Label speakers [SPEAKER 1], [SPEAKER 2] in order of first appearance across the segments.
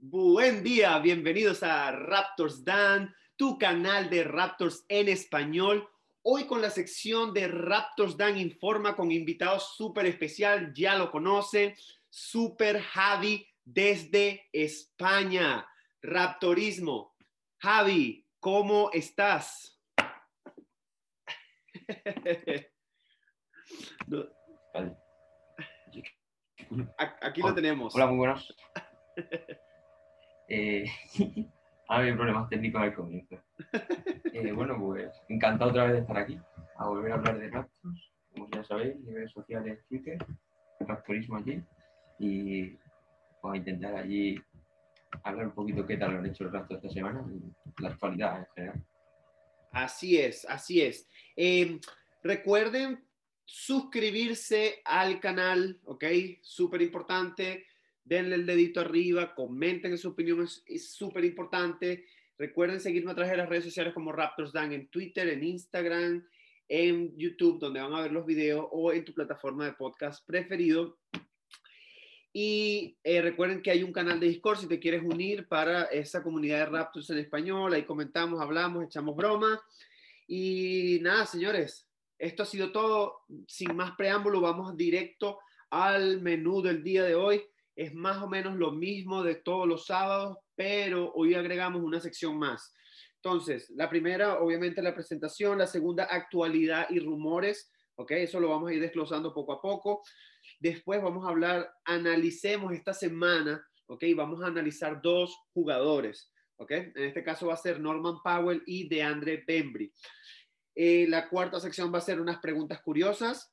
[SPEAKER 1] Buen día, bienvenidos a Raptors Dan, tu canal de Raptors en español. Hoy con la sección de Raptors Dan Informa con invitados súper especial, ya lo conocen, Super Javi desde España. Raptorismo. Javi, ¿cómo estás?
[SPEAKER 2] Vale.
[SPEAKER 1] Aquí lo tenemos.
[SPEAKER 2] Hola, muy buenas. Ahora hay problemas técnicos al comienzo. Bueno, pues encantado otra vez de estar aquí, a volver a hablar de Raptors. Como ya sabéis, redes sociales, Twitter, Raptorismo allí. Y vamos a intentar allí hablar un poquito qué tal lo han hecho los Raptors esta semana y la actualidad en general.
[SPEAKER 1] Así es, así es. Recuerden suscribirse al canal, ¿ok? Súper importante. Denle el dedito arriba, comenten su opinión, es súper importante. Recuerden seguirme a través de las redes sociales como Raptors Dan en Twitter, en Instagram, en YouTube, donde van a ver los videos, o en tu plataforma de podcast preferido. Y recuerden que hay un canal de Discord si te quieres unir para esa comunidad de Raptors en español. Ahí comentamos, hablamos, echamos broma. Y nada, señores, esto ha sido todo. Sin más preámbulo, vamos directo al menú del día de hoy. Es más o menos lo mismo de todos los sábados, pero hoy agregamos una sección más. Entonces, la primera, obviamente, la presentación. La segunda, actualidad y rumores. ¿Ok? Eso lo vamos a ir desglosando poco a poco. Después vamos a hablar, analicemos esta semana. ¿Ok? Vamos a analizar dos jugadores. ¿Ok? En este caso va a ser Norman Powell y DeAndre Bembry. La cuarta sección va a ser unas preguntas curiosas.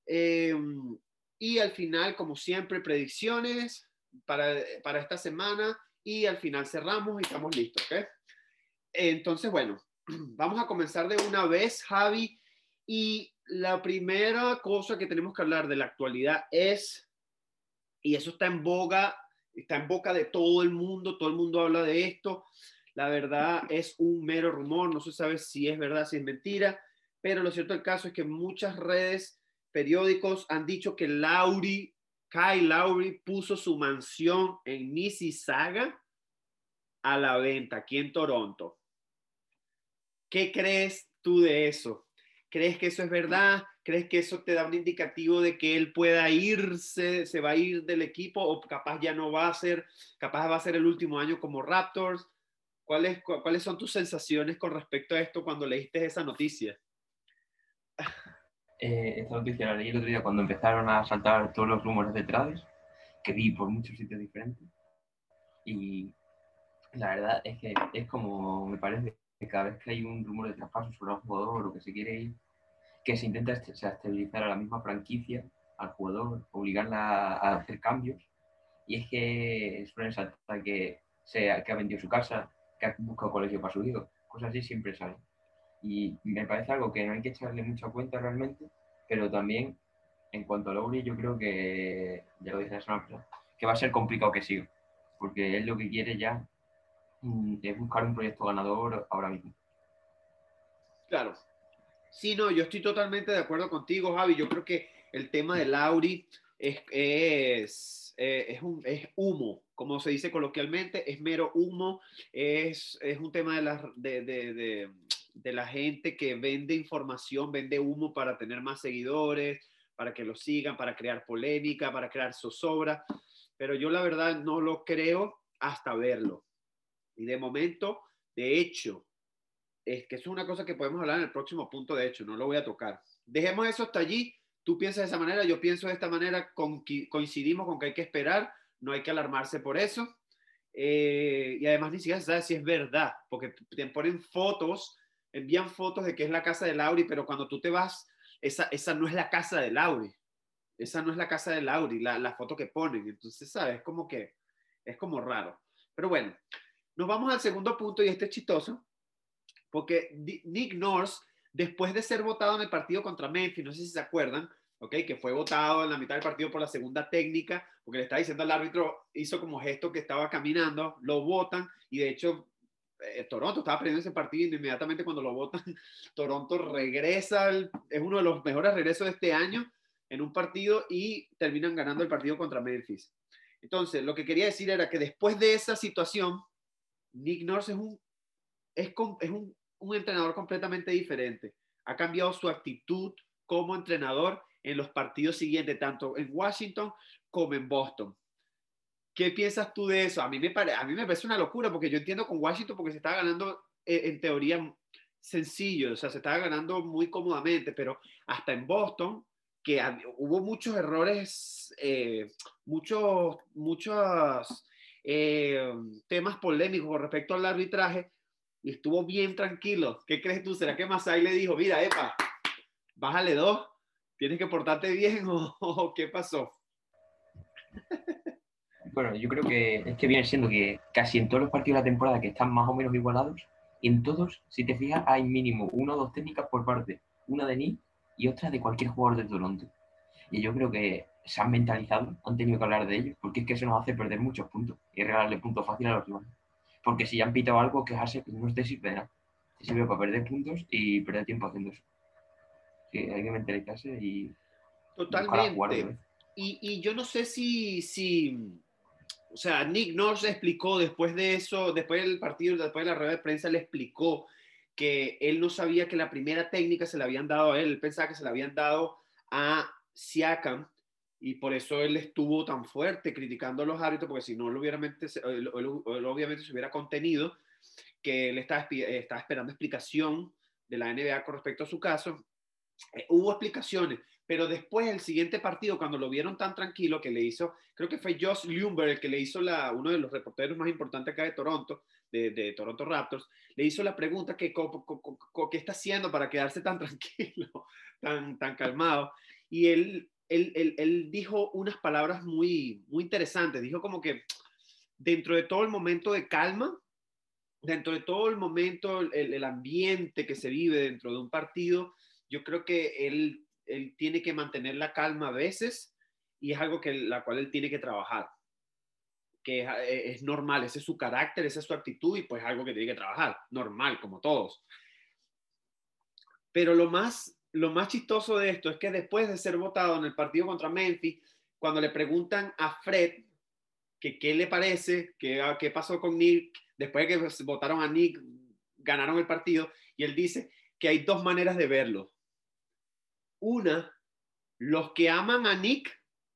[SPEAKER 1] Y al final, como siempre, predicciones para esta semana. Y al final cerramos y estamos listos. ¿Okay? Entonces, bueno, vamos a comenzar de una vez, Javi. Y la primera cosa que tenemos que hablar de la actualidad es, y eso está en boga de todo el mundo habla de esto. La verdad es un mero rumor, no se sabe si es verdad, si es mentira, pero lo cierto del caso es que muchas redes, periódicos han dicho que Kyle Lowry puso su mansión en Mississauga a la venta aquí en Toronto. ¿Qué crees tú de eso? ¿Crees que eso es verdad? ¿Crees que eso te da un indicativo de que él pueda irse, se va a ir del equipo o capaz ya no va a ser, capaz va a ser el último año como Raptors? ¿Cuáles son tus sensaciones con respecto a esto cuando leíste esa noticia?
[SPEAKER 2] Esta noticia la leí el otro día cuando empezaron a saltar todos los rumores de trades, que vi por muchos sitios diferentes. Y la verdad es que es como, me parece que cada vez que hay un rumor de traspaso sobre un jugador o que se quiere ir, que se intenta estabilizar a la misma franquicia, al jugador, obligarla a hacer cambios. Y es que suelen saltar que ha vendido su casa, que ha buscado colegio para su hijo, cosas así siempre salen. Y me parece algo que no hay que echarle mucha cuenta realmente, pero también en cuanto a Lowry, yo creo que, ya lo dije la semana pasada, que va a ser complicado que siga, porque él lo que quiere ya es buscar un proyecto ganador ahora mismo.
[SPEAKER 1] Claro. Sí, no, yo estoy totalmente de acuerdo contigo, Javi. Yo creo que el tema de Lowry es humo, como se dice coloquialmente, es mero humo. Es un tema de la gente que vende información, vende humo para tener más seguidores, para que lo sigan, para crear polémica, para crear zozobra. Pero yo la verdad no lo creo hasta verlo. Y de momento, de hecho, es que eso es una cosa que podemos hablar en el próximo punto, de hecho, no lo voy a tocar. Dejemos eso hasta allí. Tú piensas de esa manera, yo pienso de esta manera, coincidimos con que hay que esperar, no hay que alarmarse por eso. Y además ni siquiera se sabe si es verdad, porque te ponen fotos, envían fotos de que es la casa de Lauri, pero cuando tú te vas, esa no es la casa de Lauri. Esa no es la casa de Lauri, la foto que ponen. Entonces, ¿sabes? Es como raro. Pero bueno, nos vamos al segundo punto y este es chistoso porque Nick Nurse, después de ser votado en el partido contra Memphis, no sé si se acuerdan, ¿okay? Que fue votado en la mitad del partido por la segunda técnica, porque le estaba diciendo al árbitro, hizo como gesto que estaba caminando, lo votan, y de hecho Toronto estaba perdiendo ese partido y inmediatamente cuando lo votan, Toronto regresa, es uno de los mejores regresos de este año en un partido y terminan ganando el partido contra Memphis. Entonces, lo que quería decir era que después de esa situación, Nick Nurse es un entrenador completamente diferente. Ha cambiado su actitud como entrenador en los partidos siguientes, tanto en Washington como en Boston. ¿Qué piensas tú de eso? A mí me parece una locura, porque yo entiendo con Washington porque se estaba ganando en teoría sencillo, o sea, se estaba ganando muy cómodamente, pero hasta en Boston, que hubo muchos errores, muchos temas polémicos con respecto al arbitraje, y estuvo bien tranquilo. ¿Qué crees tú? ¿Será que Masai le dijo, mira, epa, bájale dos, tienes que portarte bien o qué pasó?
[SPEAKER 2] Bueno, yo creo que es que viene siendo que casi en todos los partidos de la temporada que están más o menos igualados, en todos, si te fijas, hay mínimo una o dos técnicas por parte, una de Nick y otra de cualquier jugador de Toronto. Y yo creo que se han mentalizado, han tenido que hablar de ello, porque es que eso nos hace perder muchos puntos y regalarle puntos fáciles a los rivales. Porque si ya han pitado algo, quejarse pues no te sirve de nada. Te sirve para perder puntos y perder tiempo haciendo eso. Sí, hay que mentalizarse y buscar a jugar otra
[SPEAKER 1] Totalmente.
[SPEAKER 2] vez.
[SPEAKER 1] Y yo no sé o sea, Nick Nurse explicó después de eso, después del partido, después de la rueda de prensa, le explicó que él no sabía que la primera técnica se la habían dado a él, él pensaba que se la habían dado a Siakam, y por eso él estuvo tan fuerte criticando a los árbitros, porque si no, él obviamente se hubiera contenido, que él estaba esperando explicación de la NBA con respecto a su caso. Hubo explicaciones, pero después el siguiente partido, cuando lo vieron tan tranquilo, que le hizo, creo que fue Josh Lumber el que le hizo uno de los reporteros más importantes acá de Toronto, de Toronto Raptors, le hizo la pregunta que qué está haciendo para quedarse tan tranquilo, tan calmado. Y él dijo unas palabras muy interesantes. Dijo como que dentro de todo el momento de calma, dentro de todo el momento, el ambiente que se vive dentro de un partido, yo creo que él tiene que mantener la calma a veces, y es algo que la cual él tiene que trabajar, que es normal, ese es su carácter, esa es su actitud, y pues algo que tiene que trabajar, normal, como todos. Pero lo más chistoso de esto es que después de ser votado en el partido contra Memphis, cuando le preguntan a Fred que qué le parece, qué pasó con Nick, después de que votaron a Nick, ganaron el partido, y él dice que hay dos maneras de verlo. Una, los que aman a Nick,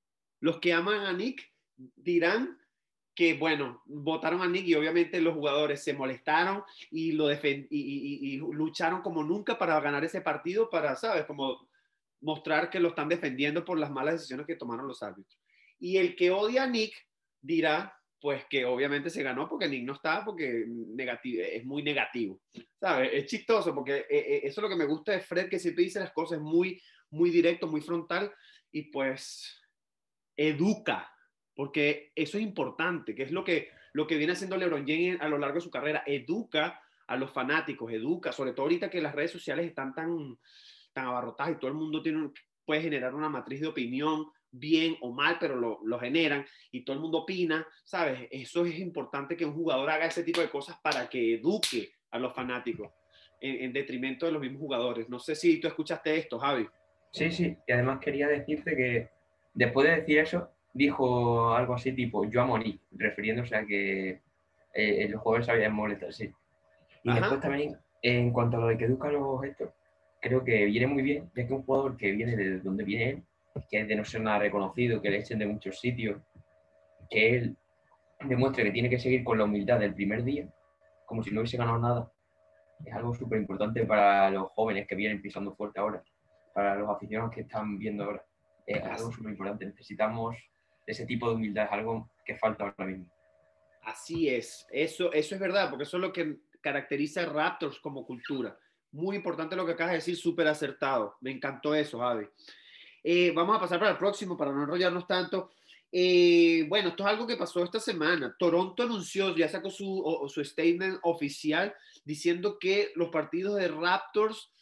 [SPEAKER 1] dirán que, bueno, votaron a Nick y obviamente los jugadores se molestaron y y lucharon como nunca para ganar ese partido, para, ¿sabes? Como mostrar que lo están defendiendo por las malas decisiones que tomaron los árbitros. Y el que odia a Nick dirá, pues que obviamente se ganó porque Nick no estaba, porque es muy negativo, ¿sabes? Es chistoso porque eso es lo que me gusta de Fred, que siempre dice las cosas muy directo, muy frontal, y pues educa, porque eso es importante, que es lo que viene haciendo LeBron James a lo largo de su carrera, educa a los fanáticos, educa, sobre todo ahorita que las redes sociales están tan abarrotadas y todo el mundo puede generar una matriz de opinión, bien o mal, pero lo generan y todo el mundo opina, ¿sabes? Eso es importante, que un jugador haga ese tipo de cosas para que eduque a los fanáticos en detrimento de los mismos jugadores. No sé si tú escuchaste esto, Javi.
[SPEAKER 2] Sí, sí, y además quería decirte que después de decir eso, dijo algo así tipo yo amo a Nick, refiriéndose a que los jugadores sabían molestarse. Y después
[SPEAKER 1] Ajá.
[SPEAKER 2] también, en cuanto a lo de que educa a los gestos, creo que viene muy bien, ya que un jugador que viene de donde viene él, que es de no ser nada reconocido, que le echen de muchos sitios, que él demuestre que tiene que seguir con la humildad del primer día, como si no hubiese ganado nada, es algo súper importante para los jóvenes que vienen pisando fuerte ahora, para los aficionados que están viendo ahora. Es algo súper importante. Necesitamos ese tipo de humildad, es algo que falta ahora mismo.
[SPEAKER 1] Así es, eso es verdad, porque eso es lo que caracteriza a Raptors como cultura. Muy importante lo que acabas de decir, súper acertado. Me encantó eso, Javi. Vamos a pasar para el próximo, para no enrollarnos tanto. Bueno, esto es algo que pasó esta semana. Toronto anunció, ya sacó su statement oficial, diciendo que los partidos de Raptors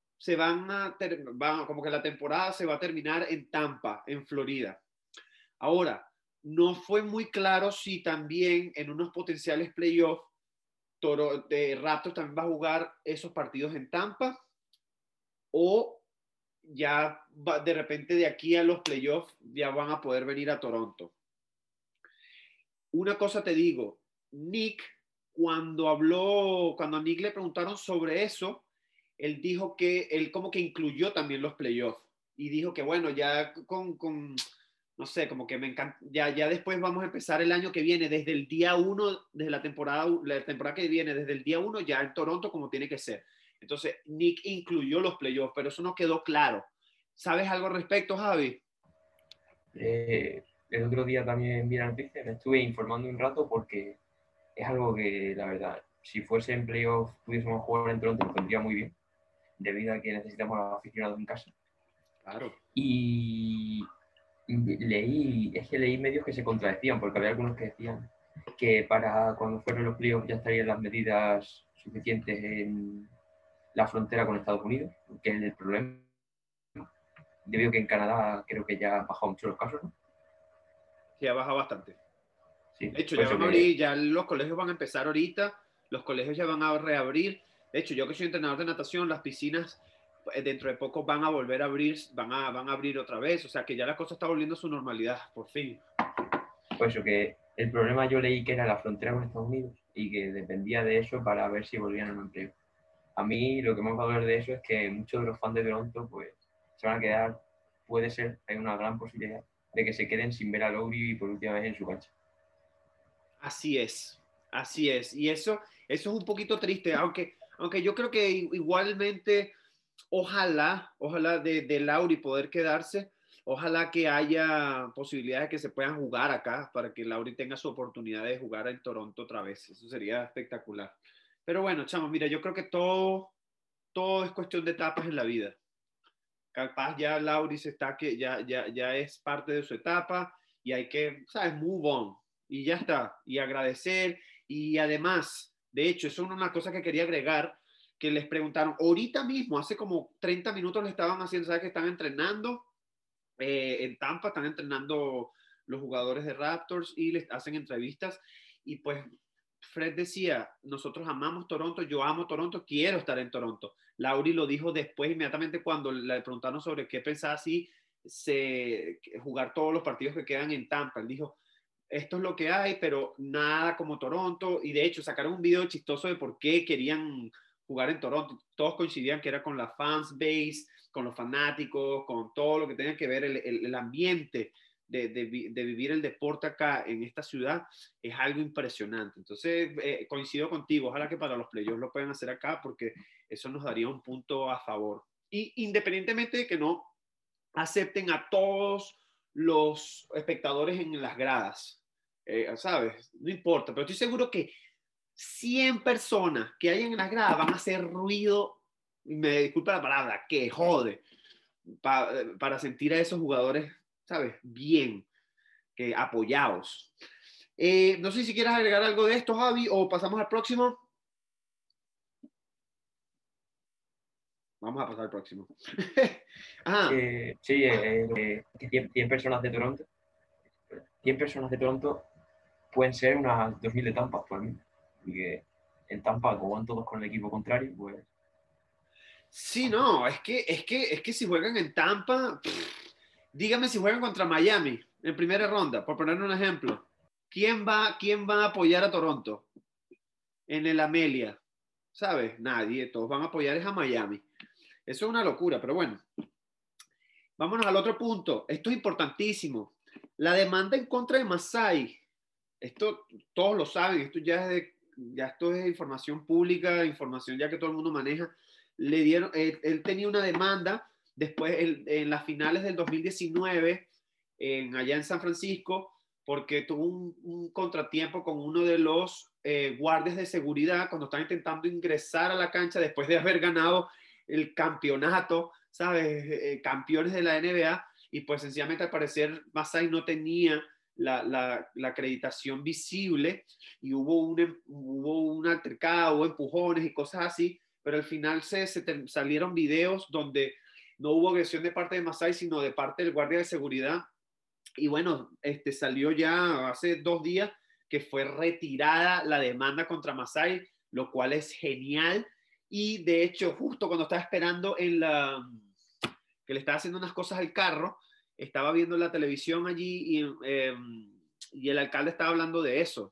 [SPEAKER 1] como que la temporada se va a terminar en Tampa, en Florida. Ahora, no fue muy claro si también en unos potenciales playoffs de Raptors también va a jugar esos partidos en Tampa, o ya de repente de aquí a los playoffs ya van a poder venir a Toronto. una cosa te digo, Nick, cuando a Nick le preguntaron sobre eso, él dijo que él como que incluyó también los playoffs y dijo que bueno, ya no sé, como que me encanta, ya después vamos a empezar el año que viene, desde el día uno, desde la temporada que viene, desde el día uno ya en Toronto como tiene que ser. Entonces, Nick incluyó los playoffs, pero eso no quedó claro. ¿Sabes algo al respecto, Javi?
[SPEAKER 2] El otro día también vi la noticia, me estuve informando un rato porque es algo que, la verdad, si fuese en playoff pudiésemos jugar en Toronto, nos vendría muy bien, debido a que necesitamos a los aficionados en casa.
[SPEAKER 1] Claro.
[SPEAKER 2] Y leí medios que se contradecían, porque había algunos que decían que para cuando fueron los playoffs ya estarían las medidas suficientes en la frontera con Estados Unidos, que es el problema, debido a que en Canadá creo que ya han bajado mucho los casos, ¿no?
[SPEAKER 1] Sí, ha bajado bastante.
[SPEAKER 2] Sí,
[SPEAKER 1] De hecho,
[SPEAKER 2] por
[SPEAKER 1] ya
[SPEAKER 2] eso
[SPEAKER 1] van a
[SPEAKER 2] que,
[SPEAKER 1] abrir, ya los colegios van a empezar ahorita, los colegios ya van a reabrir. De hecho, yo que soy entrenador de natación, las piscinas dentro de poco van a volver a abrir, van a abrir otra vez. O sea que ya la cosa está volviendo a su normalidad, por fin.
[SPEAKER 2] por eso que el problema yo leí que era la frontera con Estados Unidos y que dependía de eso para ver si volvían a un empleo. A mí lo que más va a doler de eso es que muchos de los fans de Toronto pues se van a quedar, puede ser, hay una gran posibilidad de que se queden sin ver a Lowry por última vez en su cancha.
[SPEAKER 1] Así es, así es. Y eso es un poquito triste, aunque yo creo que igualmente, ojalá de Lauri poder quedarse, ojalá que haya posibilidades de que se puedan jugar acá para que Lauri tenga su oportunidad de jugar en Toronto otra vez. Eso sería espectacular. Pero bueno, chamo, mira, yo creo que todo es cuestión de etapas en la vida. Capaz ya Lauri se está que ya es parte de su etapa y hay que, ¿sabes? Move on. Y ya está. Y agradecer. Y además, de hecho, eso es una cosa que quería agregar, que les preguntaron, ahorita mismo, hace como 30 minutos le estaban haciendo, ¿sabes? Que están entrenando en Tampa, están entrenando los jugadores de Raptors y les hacen entrevistas. Y pues Fred decía, nosotros amamos Toronto, yo amo Toronto, quiero estar en Toronto. Lauri lo dijo después, inmediatamente cuando le preguntaron sobre qué pensaba si jugar todos los partidos que quedan en Tampa. Él dijo, esto es lo que hay, pero nada como Toronto. Y de hecho sacaron un video chistoso de por qué querían jugar en Toronto. Todos coincidían que era con la fans base, con los fanáticos, con todo lo que tenga que ver el ambiente de vivir el deporte acá en esta ciudad es algo impresionante. Entonces, coincido contigo, ojalá que para los playoffs lo puedan hacer acá porque eso nos daría un punto a favor. Y independientemente de que no acepten a todos los espectadores en las gradas, ¿sabes? No importa, pero estoy seguro que 100 personas que hay en las gradas van a hacer ruido, me disculpa la palabra, que jode, para sentir a esos jugadores, ¿sabes? Bien, que apoyados. No sé si quieres agregar algo de esto, Javi, o pasamos al próximo. Vamos a pasar al próximo. Ajá.
[SPEAKER 2] Sí, que 100 personas de Toronto, 100 personas de Toronto pueden ser unas 2000 de Tampa actualmente. Y que en Tampa, como van todos con el equipo contrario, pues
[SPEAKER 1] Sí, no, es que si juegan en Tampa, dígame si juegan contra Miami en primera ronda, por poner un ejemplo. ¿Quién va a apoyar a Toronto en el Amelia? ¿Sabes? Nadie, todos van a apoyar a Miami. Eso es una locura, pero bueno. Vámonos al otro punto. Esto es importantísimo. La demanda en contra de Masai. Esto todos lo saben, esto es información pública, información ya que todo el mundo maneja. Él tenía una demanda después en las finales del 2019 allá en San Francisco porque tuvo un contratiempo con uno de los guardias de seguridad cuando estaba intentando ingresar a la cancha después de haber ganado el campeonato, ¿sabes? Campeones de la NBA y pues sencillamente al parecer Masai no tenía la acreditación visible y hubo un altercado, hubo empujones y cosas así, pero al final salieron videos donde no hubo agresión de parte de Masai, sino de parte del guardia de seguridad. Y bueno, salió ya hace 2 días que fue retirada la demanda contra Masai, lo cual es genial. Y de hecho, justo cuando estaba esperando que le estaba haciendo unas cosas al carro, estaba viendo la televisión allí y y el alcalde estaba hablando de eso,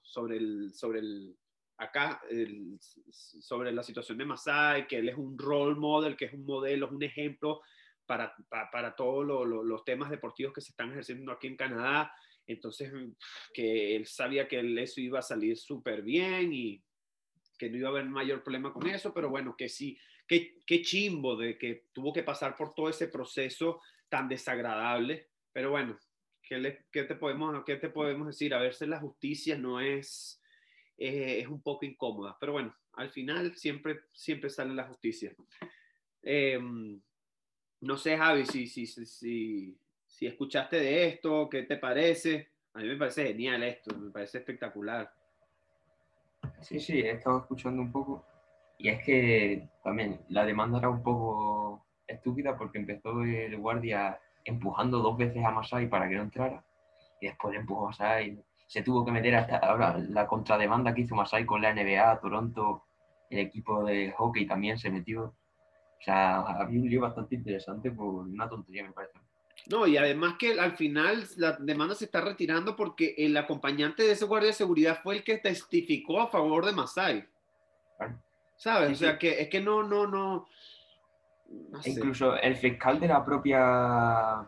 [SPEAKER 1] sobre la situación de Masai, que él es un role model, que es un modelo, es un ejemplo para todos los temas deportivos que se están ejerciendo aquí en Canadá. Entonces, que él sabía que eso iba a salir súper bien y que no iba a haber mayor problema con eso, pero bueno, que sí, qué chimbo de que tuvo que pasar por todo ese proceso tan desagradable, pero bueno, qué te podemos decir? A veces la justicia no es un poco incómoda, pero bueno, al final siempre sale la justicia. Eh, no sé, Javi, si escuchaste de esto, ¿qué te parece? A mí me parece genial esto, me parece espectacular.
[SPEAKER 2] Sí, sí, he estado escuchando un poco. Y es que también la demanda era un poco estúpida porque empezó el guardia empujando 2 veces a Masai para que no entrara. Y después le empujó a Masai. Se tuvo que meter hasta ahora la contrademanda que hizo Masai con la NBA, Toronto, el equipo de hockey también se metió. O sea, había un lío bastante interesante por una tontería, me parece.
[SPEAKER 1] No, y además que al final la demanda se está retirando porque el acompañante de ese guardia de seguridad fue el que testificó a favor de Masai.
[SPEAKER 2] Claro.
[SPEAKER 1] ¿Sabes?
[SPEAKER 2] Sí,
[SPEAKER 1] O sea,
[SPEAKER 2] sí.
[SPEAKER 1] que es que no
[SPEAKER 2] E
[SPEAKER 1] sé.
[SPEAKER 2] incluso el fiscal de la propia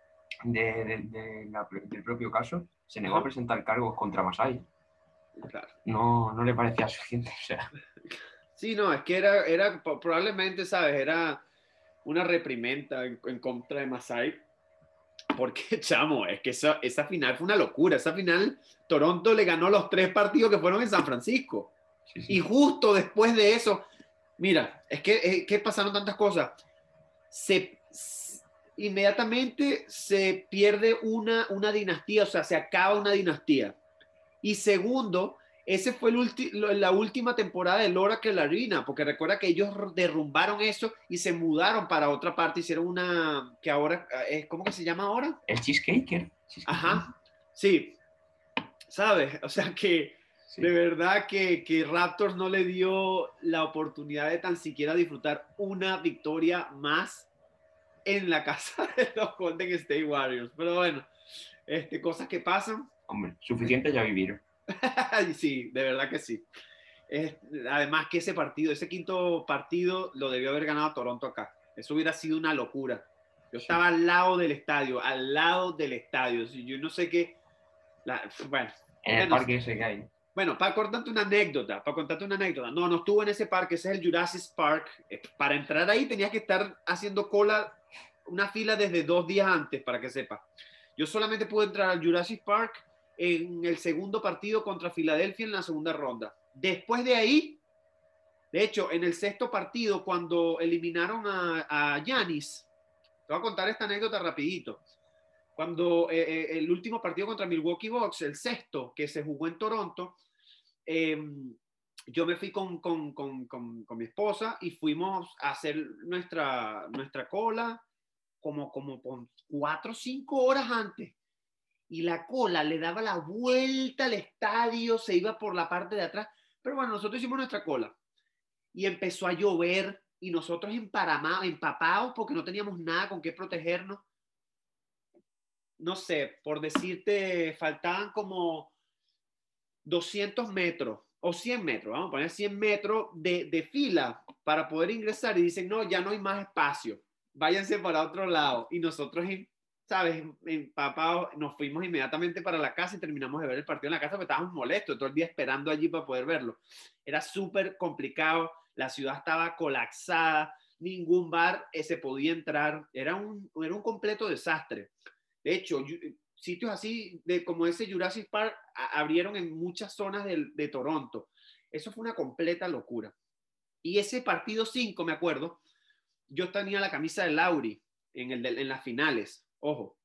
[SPEAKER 2] del propio caso se negó a
[SPEAKER 1] Ajá,
[SPEAKER 2] presentar cargos contra Masai.
[SPEAKER 1] claro.
[SPEAKER 2] No le parecía suficiente. O sea,
[SPEAKER 1] Sí, no, es que probablemente, ¿sabes? Era una reprimenda en contra de Masai. Porque, chamo, es que esa final fue una locura. Esa final, Toronto le ganó los 3 partidos que fueron en San Francisco.
[SPEAKER 2] sí,
[SPEAKER 1] Y
[SPEAKER 2] sí.
[SPEAKER 1] justo después de eso, mira, es que pasaron tantas cosas. Inmediatamente se pierde una dinastía, o sea, se acaba una dinastía. Y segundo, ese fue la última temporada del Oracle Arena, porque recuerda que ellos derrumbaron eso y se mudaron para otra parte, hicieron una que ahora es, ¿cómo que se llama ahora?
[SPEAKER 2] El Cheesecake.
[SPEAKER 1] Ajá, sí, ¿sabes? O sea que de
[SPEAKER 2] Sí.
[SPEAKER 1] verdad que Raptors no le dio la oportunidad de tan siquiera disfrutar una victoria más en la casa de los Golden State Warriors. Pero bueno, cosas que pasan.
[SPEAKER 2] Hombre, suficiente ya vivieron.
[SPEAKER 1] Sí, de verdad que sí. Además que ese quinto partido lo debió haber ganado Toronto acá. Eso hubiera sido una locura. Yo
[SPEAKER 2] Sí.
[SPEAKER 1] estaba al lado del estadio, al lado del estadio. Yo no sé qué. Bueno,
[SPEAKER 2] En el
[SPEAKER 1] bueno,
[SPEAKER 2] parque ese que hay.
[SPEAKER 1] bueno, para contarte una anécdota. No estuvo en ese parque, ese es el Jurassic Park. Para entrar ahí tenías que estar haciendo cola, una fila desde 2 días antes, para que sepa. Yo solamente pude entrar al Jurassic Park en el segundo partido contra Filadelfia en la segunda ronda. Después de ahí, de hecho, en el sexto partido, cuando eliminaron a Giannis, te voy a contar esta anécdota rapidito. Cuando el último partido contra Milwaukee Bucks, el sexto, que se jugó en Toronto, eh, yo me fui con mi esposa y fuimos a hacer nuestra cola como con 4 o 5 horas antes. Y la cola le daba la vuelta al estadio, se iba por la parte de atrás. Pero bueno, nosotros hicimos nuestra cola y empezó a llover y nosotros empapados porque no teníamos nada con qué protegernos. No sé, por decirte, faltaban como 200 metros o 100 metros, vamos a poner 100 metros de fila para poder ingresar y dicen, no, ya no hay más espacio, váyanse para otro lado. Y nosotros, ¿sabes? Empapados, nos fuimos inmediatamente para la casa y terminamos de ver el partido en la casa porque estábamos molestos todo el día esperando allí para poder verlo. Era súper complicado, la ciudad estaba colapsada, ningún bar se podía entrar, era un completo desastre. De hecho, sitios así como ese Jurassic Park abrieron en muchas zonas de Toronto. Eso fue una completa locura. Y ese partido 5, me acuerdo, yo tenía la camisa de Lauri en las finales, ojo.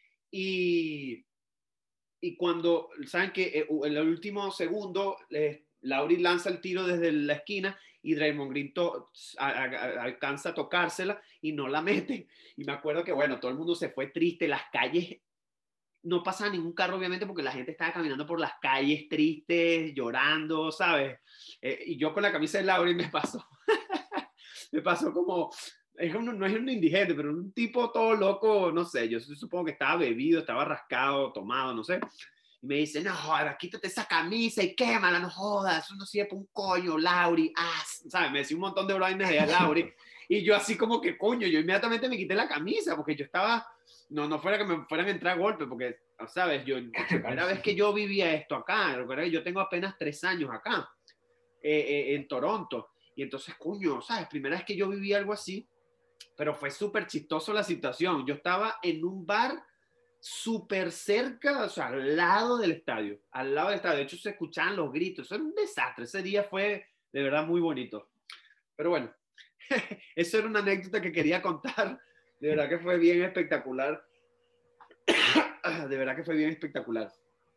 [SPEAKER 1] Y, y cuando, ¿saben que en el último segundo, Lauri lanza el tiro desde la esquina y Draymond Green alcanza a tocársela y no la mete? Y me acuerdo que, bueno, todo el mundo se fue triste, las calles no pasaba ningún carro, obviamente, porque la gente estaba caminando por las calles tristes, llorando, ¿sabes? Y yo con la camisa de Laura y me pasó, me pasó como, no es un indigente, pero un tipo todo loco, no sé, yo supongo que estaba bebido, estaba rascado, tomado, no sé. y me dice, no jodas, quítate esa camisa y quémala, no jodas, eso no sirve para un coño, Lauri, ¿sabes? Me decía un montón de vainas de Lauri, y yo así como que, coño, yo inmediatamente me quité la camisa, porque yo estaba, no fuera que me fueran a entrar a golpe, porque, ¿sabes? Primera vez que yo vivía esto acá, recuerda que yo tengo apenas 3 años acá, en Toronto, y entonces, coño, ¿sabes? Primera vez que yo viví algo así, pero fue súper chistoso la situación. Yo estaba en un bar súper cerca, o sea, al lado del estadio, al lado del estadio. De hecho, se escuchaban los gritos. Era un desastre. Ese día fue de verdad muy bonito. Pero bueno, eso era una anécdota que quería contar. De verdad que fue bien espectacular. De verdad que fue bien espectacular.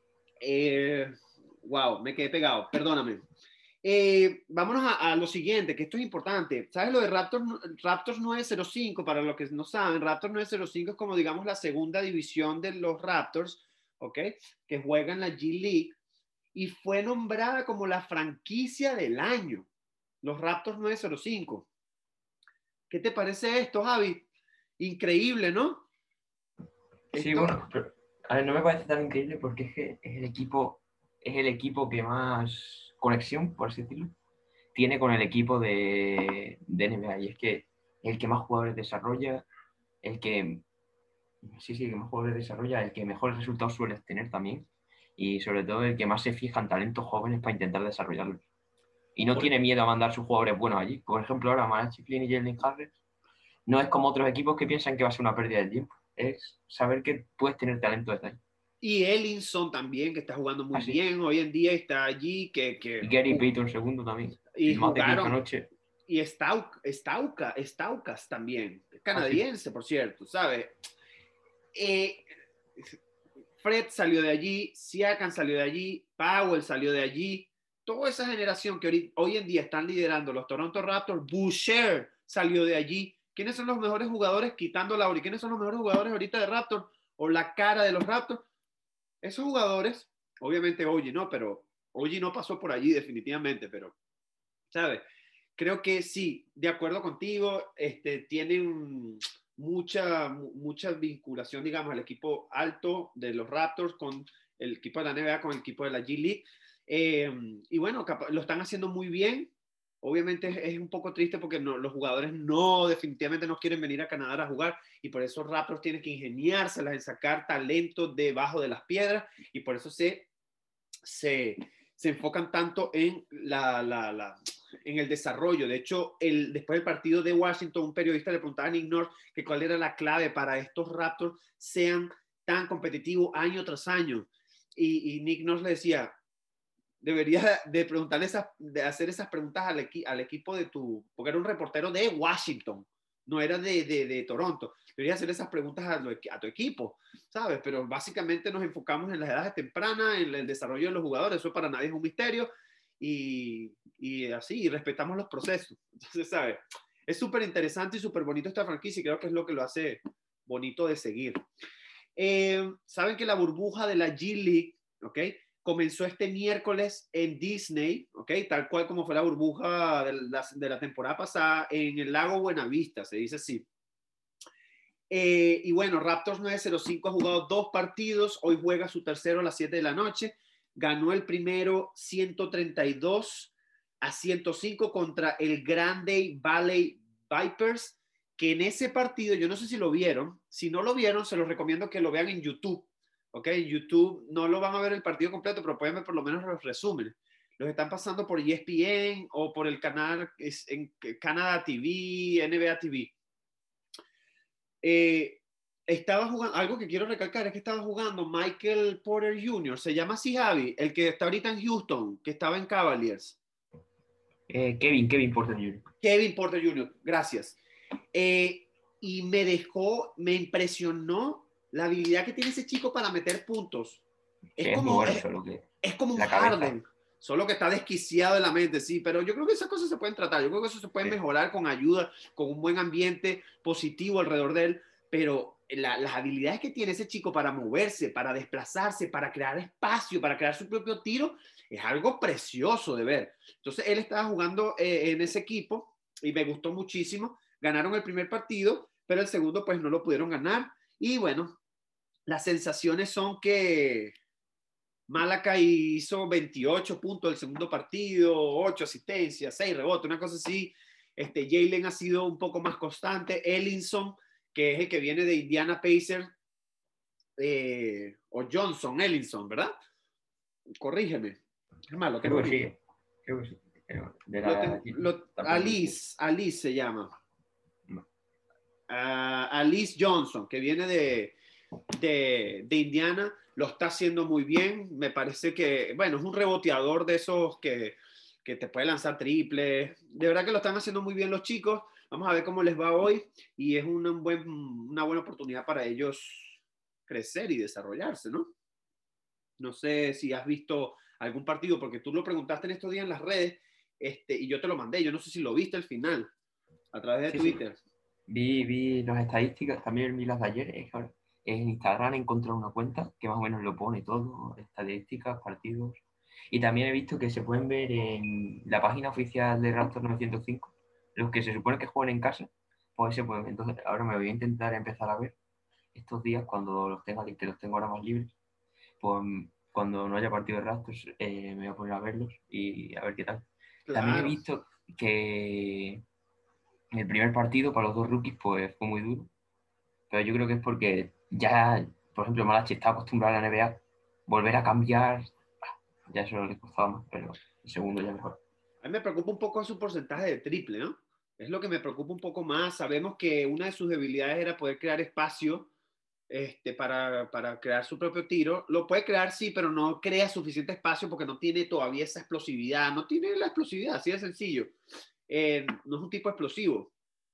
[SPEAKER 1] Wow, me quedé pegado. Perdóname. Vámonos a lo siguiente, que esto es importante. ¿Sabes lo de Raptors 905? Para los que no saben, Raptors 905 es como, digamos, la segunda división de los Raptors, ¿ok? Que juegan la G League y fue nombrada como la franquicia del año, los Raptors 905. ¿Qué te parece esto, Javi? Increíble, ¿no?
[SPEAKER 2] Sí,
[SPEAKER 1] Esto...
[SPEAKER 2] bueno, pero, a ver, no me parece tan increíble porque es que es el equipo que más conexión, por así decirlo, tiene con el equipo de NBA. Y es que es el que más jugadores desarrolla, el que, el que más jugadores desarrolla, el que mejores resultados suele tener también. Y sobre todo el que más se fija en talentos jóvenes para intentar desarrollarlos. Y no tiene miedo a mandar sus jugadores buenos allí. Por ejemplo, ahora Malachi Flynn y Jalen Harris no es como otros equipos que piensan que va a ser una pérdida de tiempo. Es saber que puedes tener talento desde ahí.
[SPEAKER 1] Y Ellinson también, que está jugando muy
[SPEAKER 2] Así.
[SPEAKER 1] bien. Hoy en día está allí.
[SPEAKER 2] Y Gary Payton segundo también.
[SPEAKER 1] Y
[SPEAKER 2] El más de 15
[SPEAKER 1] jugaron.
[SPEAKER 2] anoche.
[SPEAKER 1] Y Staukas también,
[SPEAKER 2] Así.
[SPEAKER 1] canadiense, por cierto, ¿sabes? Fred salió de allí, Siakam salió de allí, Powell salió de allí. Toda esa generación que hoy en día están liderando los Toronto Raptors, Boucher salió de allí. ¿Quiénes son los mejores jugadores, quitando Lauri? ¿Quiénes son los mejores jugadores ahorita de Raptors? O la cara de los Raptors. Esos jugadores, obviamente Oji no, pero Oji no pasó por allí definitivamente, pero, ¿sabes? Creo que sí, de acuerdo contigo, tienen mucha vinculación, digamos, al equipo alto de los Raptors con el equipo de la NBA, con el equipo de la G League. Y bueno, lo están haciendo muy bien. Obviamente es un poco triste porque los jugadores definitivamente no quieren venir a Canadá a jugar y por eso Raptors tienen que ingeniárselas en sacar talento debajo de las piedras y por eso se enfocan tanto en en el desarrollo. De hecho, después del partido de Washington, un periodista le preguntaba a Nick Nurse que cuál era la clave para estos Raptors sean tan competitivos año tras año. Y Nick Nurse le decía, deberías de preguntarle de hacer esas preguntas al equipo de porque era un reportero de Washington, no era de Toronto. Deberías hacer esas preguntas a tu equipo, ¿sabes? Pero básicamente nos enfocamos en las edades tempranas, en el desarrollo de los jugadores, eso para nadie es un misterio, y así, y respetamos los procesos. Entonces, ¿sabes? Es súper interesante y súper bonito esta franquicia y creo que es lo que lo hace bonito de seguir. Saben que la burbuja de la G League, ¿ok? Comenzó este miércoles en Disney, ¿ok? Tal cual como fue la burbuja de la temporada pasada en el lago Buenavista, se dice así. Y bueno, Raptors 905 ha jugado 2 partidos, hoy juega su tercero a las 7 de la noche, ganó el primero 132-105 contra el Grande Valley Vipers, que en ese partido, yo no sé si lo vieron, si no lo vieron, se los recomiendo que lo vean en YouTube, ¿ok? En YouTube no lo van a ver el partido completo, pero pueden ver por lo menos los resúmenes. Los están pasando por ESPN o por el canal en Canada TV, NBA TV. Estaba jugando, algo que quiero recalcar es que estaba jugando Michael Porter Jr., se llama así Javi, el que está ahorita en Houston, que estaba en Cavaliers.
[SPEAKER 2] Kevin Porter Jr.
[SPEAKER 1] Kevin Porter Jr., gracias. Y me impresionó la habilidad que tiene ese chico para meter puntos.
[SPEAKER 2] Sí, es muy bueno, solo que
[SPEAKER 1] es como un
[SPEAKER 2] la
[SPEAKER 1] Harden,
[SPEAKER 2] cabeza.
[SPEAKER 1] solo que está desquiciado de la mente, sí, pero yo creo que esas cosas se pueden tratar, yo creo que eso se puede mejorar con ayuda, con un buen ambiente positivo alrededor de él, pero las habilidades que tiene ese chico para moverse, para desplazarse, para crear espacio, para crear su propio tiro, es algo precioso de ver. Entonces él estaba jugando en ese equipo y me gustó muchísimo. Ganaron el primer partido, pero el segundo pues no lo pudieron ganar. Y bueno, las sensaciones son que Malakai hizo 28 puntos el segundo partido, 8 asistencias, 6 rebotes, una cosa así. Jalen ha sido un poco más constante. Ellinson, que es el que viene de Indiana Pacers, o Johnson, Ellinson, ¿verdad? Corrígeme. Es malo,
[SPEAKER 2] creo que sí. Creo que sí.
[SPEAKER 1] Alice se llama.
[SPEAKER 2] No.
[SPEAKER 1] Alice Johnson, que viene de Indiana, lo está haciendo muy bien. Me parece que, bueno, es un reboteador de esos que te puede lanzar triples. De verdad que lo están haciendo muy bien los chicos. Vamos a ver cómo les va hoy. Y es una buena oportunidad para ellos crecer y desarrollarse, ¿no? No sé si has visto algún partido, porque tú lo preguntaste en estos días en las redes, y yo te lo mandé. Yo no sé si lo viste al final, a través de Twitter.
[SPEAKER 2] Sí. Vi las estadísticas, también vi las de ayer. En Instagram he encontrado una cuenta que más o menos lo pone todo, estadísticas, partidos. Y también he visto que se pueden ver en la página oficial de Raptors 905, los que se supone que juegan en casa, pues se pueden. Entonces ahora me voy a intentar empezar a ver estos días cuando los tenga, que los tengo ahora más libres. Pues cuando no haya partido de Raptors me voy a poner a verlos y a ver qué tal.
[SPEAKER 1] Claro.
[SPEAKER 2] También he visto que el primer partido para los dos rookies pues fue muy duro, pero yo creo que es porque ya, por ejemplo, Malachi está acostumbrado a la NBA, volver a cambiar, ya eso le costaba más, pero el segundo ya mejor.
[SPEAKER 1] A mí me preocupa un poco su porcentaje de triple, ¿no? Es lo que me preocupa un poco más. Sabemos que una de sus debilidades era poder crear espacio para crear su propio tiro. Lo puede crear, sí, pero no crea suficiente espacio porque no tiene todavía esa explosividad. No tiene la explosividad, así de sencillo. No es un tipo explosivo.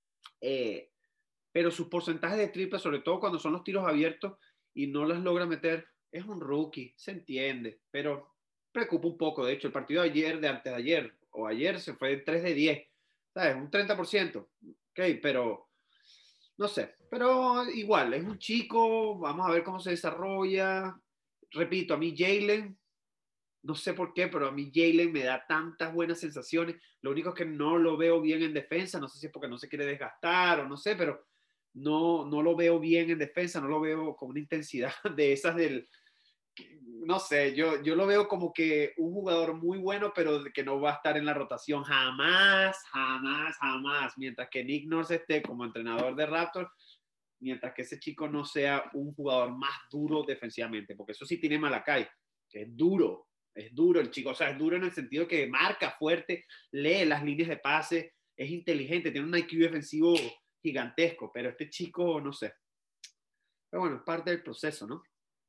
[SPEAKER 1] Pero sus porcentajes de triple, sobre todo cuando son los tiros abiertos y no las logra meter, es un rookie, se entiende, pero preocupa un poco. De hecho, el partido de ayer, de antes de ayer, o ayer se fue 3 de 10, ¿sabes? Un 30%, ok, pero no sé, pero igual, es un chico, vamos a ver cómo se desarrolla. Repito, a mí Jalen, no sé por qué, pero a mí Jalen me da tantas buenas sensaciones. Lo único es que no lo veo bien en defensa, no sé si es porque no se quiere desgastar o no sé, pero no lo veo bien en defensa, no lo veo con una intensidad de esas del, no sé, yo lo veo como que un jugador muy bueno, pero que no va a estar en la rotación jamás, jamás, jamás, mientras que Nick Nurse esté como entrenador de Raptors, mientras que ese chico no sea un jugador más duro defensivamente, porque eso sí tiene Malakai, que es duro el chico, o sea, es duro en el sentido que marca fuerte, lee las líneas de pase, es inteligente, tiene un IQ defensivo gigantesco, pero este chico, no sé. Pero bueno, es parte del proceso, ¿no?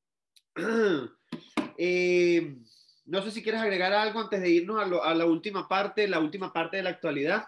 [SPEAKER 1] No sé si quieres agregar algo antes de irnos a la última parte de la actualidad.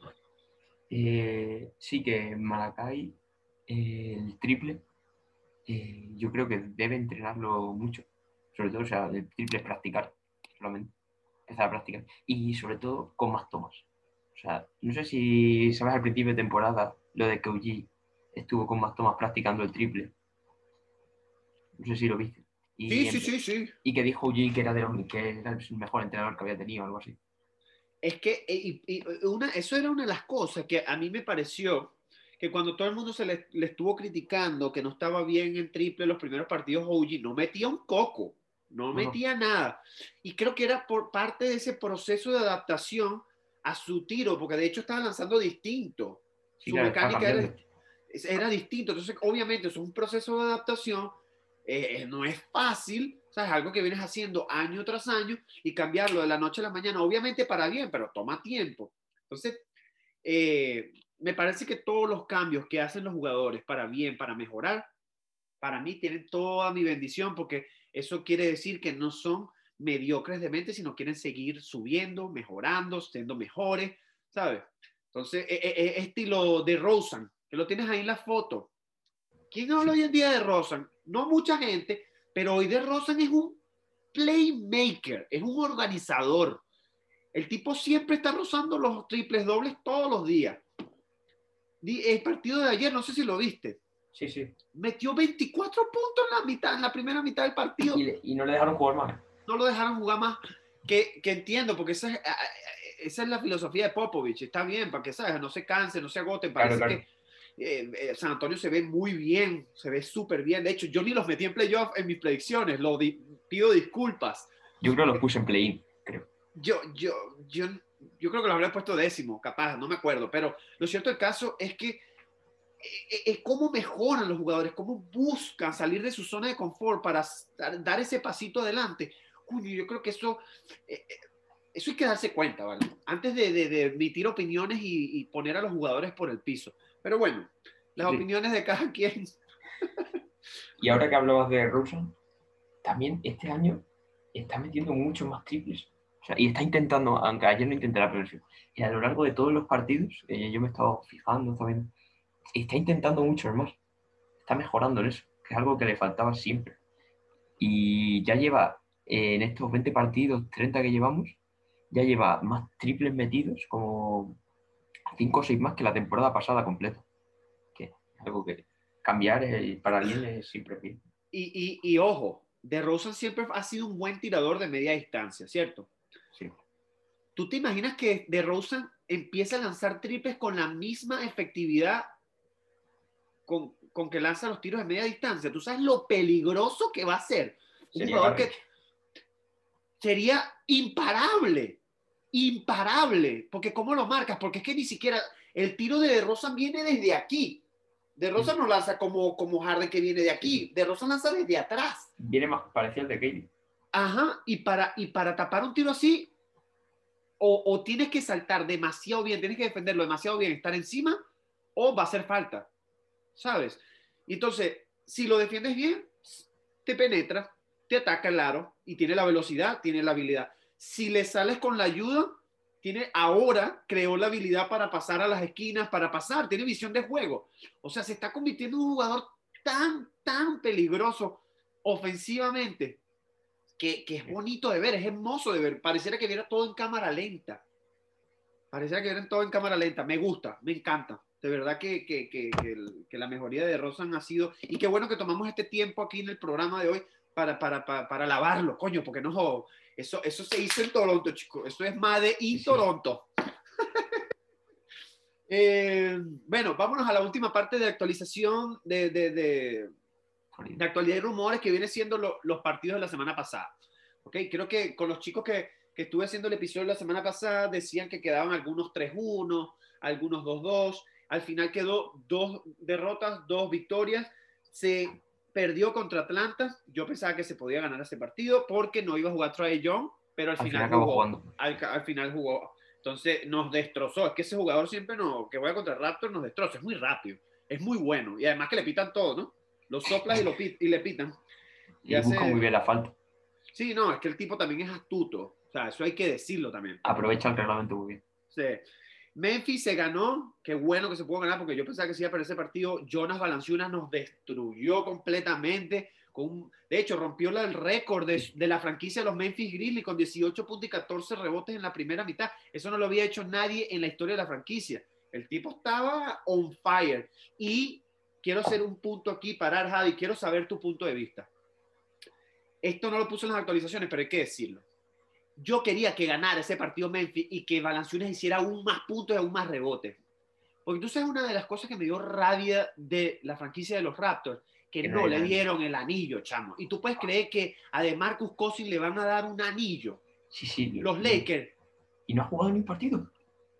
[SPEAKER 2] Sí, que Malakai, el triple, yo creo que debe entrenarlo mucho. Sobre todo, o sea, el triple es practicar, solamente. Empezar a practicar. Y sobre todo con más tomas. O sea, no sé si sabes al principio de temporada lo de que OG estuvo con más tomas practicando el triple. No sé si lo viste.
[SPEAKER 1] Sí.
[SPEAKER 2] Y que dijo OG que era el mejor entrenador que había tenido, algo así.
[SPEAKER 1] Es que eso era una de las cosas que a mí me pareció que cuando todo el mundo le estuvo criticando que no estaba bien en triple los primeros partidos, OG no metía un coco, no metía nada. Y creo que era por parte de ese proceso de adaptación a su tiro, porque de hecho estaba lanzando distinto.
[SPEAKER 2] Sí,
[SPEAKER 1] Su
[SPEAKER 2] claro,
[SPEAKER 1] mecánica era distinto. Entonces, obviamente, eso es un proceso de adaptación. No es fácil, o sea, es algo que vienes haciendo año tras año y cambiarlo de la noche a la mañana, obviamente para bien, pero toma tiempo. Entonces, me parece que todos los cambios que hacen los jugadores para bien, para mejorar, para mí tienen toda mi bendición, porque eso quiere decir que no son mediocres de mente, sino quieren seguir subiendo, mejorando, siendo mejores, ¿sabes? Entonces, estilo de Rosen, que lo tienes ahí en la foto. ¿Quién habla hoy en día de Rosen? No mucha gente, pero hoy de Rosen es un playmaker, es un organizador. El tipo siempre está rozando los triples dobles todos los días. El partido de ayer, no sé si lo viste.
[SPEAKER 2] Sí.
[SPEAKER 1] Metió 24 puntos en la primera mitad del partido.
[SPEAKER 2] Y no le dejaron jugar más.
[SPEAKER 1] No lo dejaron jugar más. Que entiendo, porque esa es la filosofía de Popovich. Está bien, para que, ¿sabes? No se canse, no se agote. Parece
[SPEAKER 2] Claro.
[SPEAKER 1] San Antonio se ve muy bien, se ve súper bien. De hecho, yo ni los metí en playoff en mis predicciones, pido disculpas.
[SPEAKER 2] Yo creo que los puse en play-in, creo.
[SPEAKER 1] Yo, yo, yo, yo creo que los habría puesto décimo, capaz, no me acuerdo, pero lo cierto del caso es que es cómo mejoran los jugadores, cómo buscan salir de su zona de confort para dar ese pasito adelante. Coño, yo creo que eso hay que darse cuenta, ¿vale? Antes de emitir opiniones y poner a los jugadores por el piso. Pero bueno, las opiniones de cada quien.
[SPEAKER 2] Y ahora que hablabas de Rosen, también este año está metiendo muchos más triples. O sea, y está intentando, aunque ayer no intenté la presión, y a lo largo de todos los partidos, yo me he estado fijando también, está intentando mucho más. Está mejorando en eso, que es algo que le faltaba siempre. Y ya lleva, en estos 20 partidos, 30 que llevamos, ya lleva más triples metidos, como 5 o 6 más que la temporada pasada completa. Que es algo que cambiar para alguien es siempre bien.
[SPEAKER 1] Y ojo, DeRozan siempre ha sido un buen tirador de media distancia, ¿cierto?
[SPEAKER 2] Sí.
[SPEAKER 1] ¿Tú te imaginas que DeRozan empieza a lanzar triples con la misma efectividad con que lanza los tiros de media distancia? ¿Tú sabes lo peligroso que va a ser? Un jugador que sería imparable, porque ¿cómo lo marcas? Porque es que ni siquiera el tiro de DeRozan viene desde aquí. DeRozan no lanza como Harden, que viene de aquí. DeRozan lanza desde atrás.
[SPEAKER 2] Viene más parecido al de Katie.
[SPEAKER 1] Ajá, y para tapar un tiro así, o tienes que saltar demasiado bien, tienes que defenderlo demasiado bien, estar encima, o va a hacer falta, ¿sabes? Y entonces, si lo defiendes bien, te penetra, te ataca el aro y tiene la velocidad, tiene la habilidad. Si le sales con la ayuda, creó la habilidad para pasar a las esquinas, para pasar, tiene visión de juego. O sea, se está convirtiendo en un jugador tan peligroso ofensivamente que es bonito de ver, es hermoso de ver. Pareciera que viera todo en cámara lenta. Me gusta, me encanta. De verdad que la mejoría de DeRozan ha sido... Y qué bueno que tomamos este tiempo aquí en el programa de hoy para alabarlo, coño, porque no... Eso se hizo en Toronto, chicos. Eso es Made in Toronto. Bueno, vámonos a la última parte de actualización de actualidad y rumores, que viene siendo los partidos de la semana pasada. ¿Okay? Creo que con los chicos que estuve haciendo el episodio la semana pasada decían que quedaban algunos 3-1, algunos 2-2. Al final quedó 2 derrotas, 2 victorias. Se perdió contra Atlanta. Yo pensaba que se podía ganar ese partido porque no iba a jugar Trae Young, pero al final jugó. Al final jugó. Entonces nos destrozó. Es que ese jugador siempre que juega contra Raptors nos destroza. Es muy rápido, es muy bueno. Y además que le pitan todo, ¿no? Lo soplas y le pitan.
[SPEAKER 2] Y busca muy bien la falta.
[SPEAKER 1] Sí, no, es que el tipo también es astuto. O sea, eso hay que decirlo también.
[SPEAKER 2] Aprovecha el reglamento muy bien.
[SPEAKER 1] Sí. Memphis se ganó. Qué bueno que se pudo ganar porque yo pensaba que se iba a perder ese partido. Jonas Valanciunas nos destruyó completamente. De hecho, rompió el récord de la franquicia de los Memphis Grizzlies con 18 puntos y 14 rebotes en la primera mitad. Eso no lo había hecho nadie en la historia de la franquicia. El tipo estaba on fire. Y quiero hacer un punto aquí, parar, Javi. Quiero saber tu punto de vista. Esto no lo puse en las actualizaciones, pero hay que decirlo. Yo quería que ganara ese partido Memphis y que Valanciunas hiciera aún más puntos y aún más rebotes. Porque tú sabes una de las cosas que me dio rabia de la franquicia de los Raptors, que no le dieron el anillo, chamo. Y tú puedes creer que a DeMarcus Cousins le van a dar un anillo.
[SPEAKER 2] Sí.
[SPEAKER 1] Los Lakers.
[SPEAKER 2] Y no ha jugado ni un partido.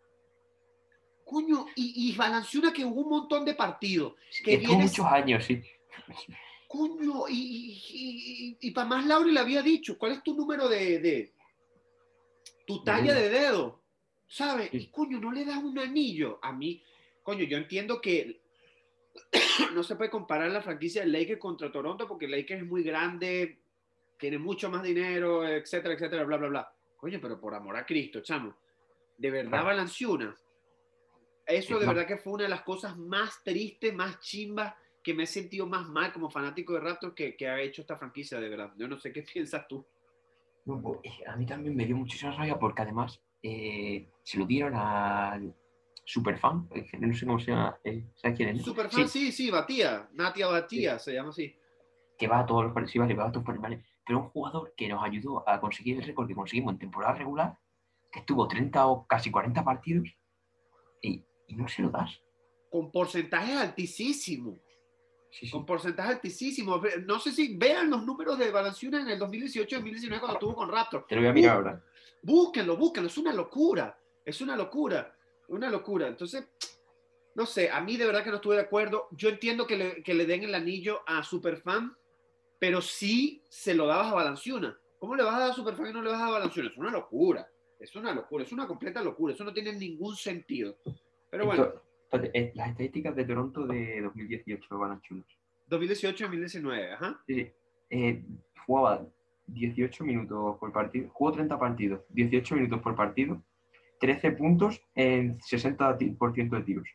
[SPEAKER 1] Coño, y Valanciunas que jugó un montón de partidos.
[SPEAKER 2] Que estuvo muchos años, sí.
[SPEAKER 1] Coño, y para más Lauri le había dicho, ¿cuál es tu número de tu talla de dedo? ¿Sabes? Y coño, no le das un anillo. A mí, coño, yo entiendo que no se puede comparar la franquicia del Lakers contra Toronto porque el Lakers es muy grande, tiene mucho más dinero, etcétera, etcétera, bla, bla, bla. Coño, pero por amor a Cristo, chamo. De verdad, Valanciunas. Eso de verdad que fue una de las cosas más tristes, más chimbas, que me he sentido más mal como fanático de Raptors que ha hecho esta franquicia, de verdad. Yo no sé qué piensas tú.
[SPEAKER 2] A mí también me dio muchísima rabia porque además se lo dieron al Superfan, no sé cómo se llama, ¿sabes quién es?
[SPEAKER 1] Superfan, sí, Natia Batía, se llama así.
[SPEAKER 2] Que va a todos los festivales, va a todos los festivales, pero un jugador que nos ayudó a conseguir el récord que conseguimos en temporada regular, que estuvo 30 o casi 40 partidos, y no se lo das.
[SPEAKER 1] con porcentajes altísimos.
[SPEAKER 2] Sí,
[SPEAKER 1] Con
[SPEAKER 2] sí.
[SPEAKER 1] porcentajes altísimos. No sé si vean los números de Valanciunas en el 2018-2019 cuando estuvo con Raptors.
[SPEAKER 2] Te lo voy a mirar ahora.
[SPEAKER 1] Búsquenlo, es una locura. Es una locura. Una locura. Entonces, no sé, a mí de verdad que no estuve de acuerdo. Yo entiendo que le den el anillo a Superfan, pero sí se lo dabas a Valanciunas. ¿Cómo le vas a dar a Superfan y no le vas a dar a Valanciunas? Es una locura. Es una locura. Es una completa locura. Eso no tiene ningún sentido. Pero bueno,
[SPEAKER 2] Entonces, las estadísticas de Toronto de 2018 van a chulas.
[SPEAKER 1] 2018-2019, ajá.
[SPEAKER 2] Sí, sí. Jugaba 18 minutos por partido, jugó 30 partidos, 18 minutos por partido, 13 puntos en 60% de tiros.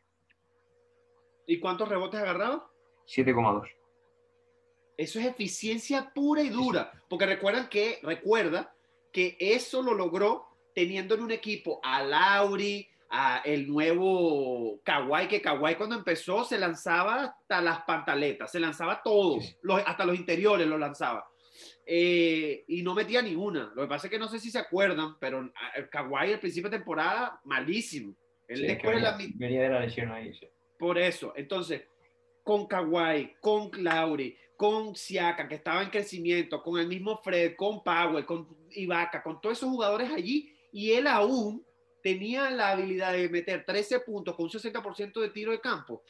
[SPEAKER 1] ¿Y cuántos rebotes agarraba?
[SPEAKER 2] 7,2.
[SPEAKER 1] Eso es eficiencia pura y
[SPEAKER 2] Sí, sí.
[SPEAKER 1] dura. Porque recuerda que eso lo logró teniendo en un equipo a Lauri, a el nuevo Kawhi, que Kawhi cuando empezó se lanzaba hasta las pantaletas, se lanzaba todo,
[SPEAKER 2] Sí, sí.
[SPEAKER 1] hasta los interiores lo lanzaba. Y no metía ninguna. Lo que pasa es que no sé si se acuerdan, pero Kawhi al principio de temporada, malísimo. Él
[SPEAKER 2] Sí, es que
[SPEAKER 1] después de
[SPEAKER 2] venía de la lesión ahí. Sí.
[SPEAKER 1] por eso, entonces, con Kawhi, con Lauri, con Siaka, que estaba en crecimiento, con el mismo Fred, con Powell, con Ibaka, con todos esos jugadores allí, y él aún tenía la habilidad de meter 13 puntos con un 60% de tiro de campo.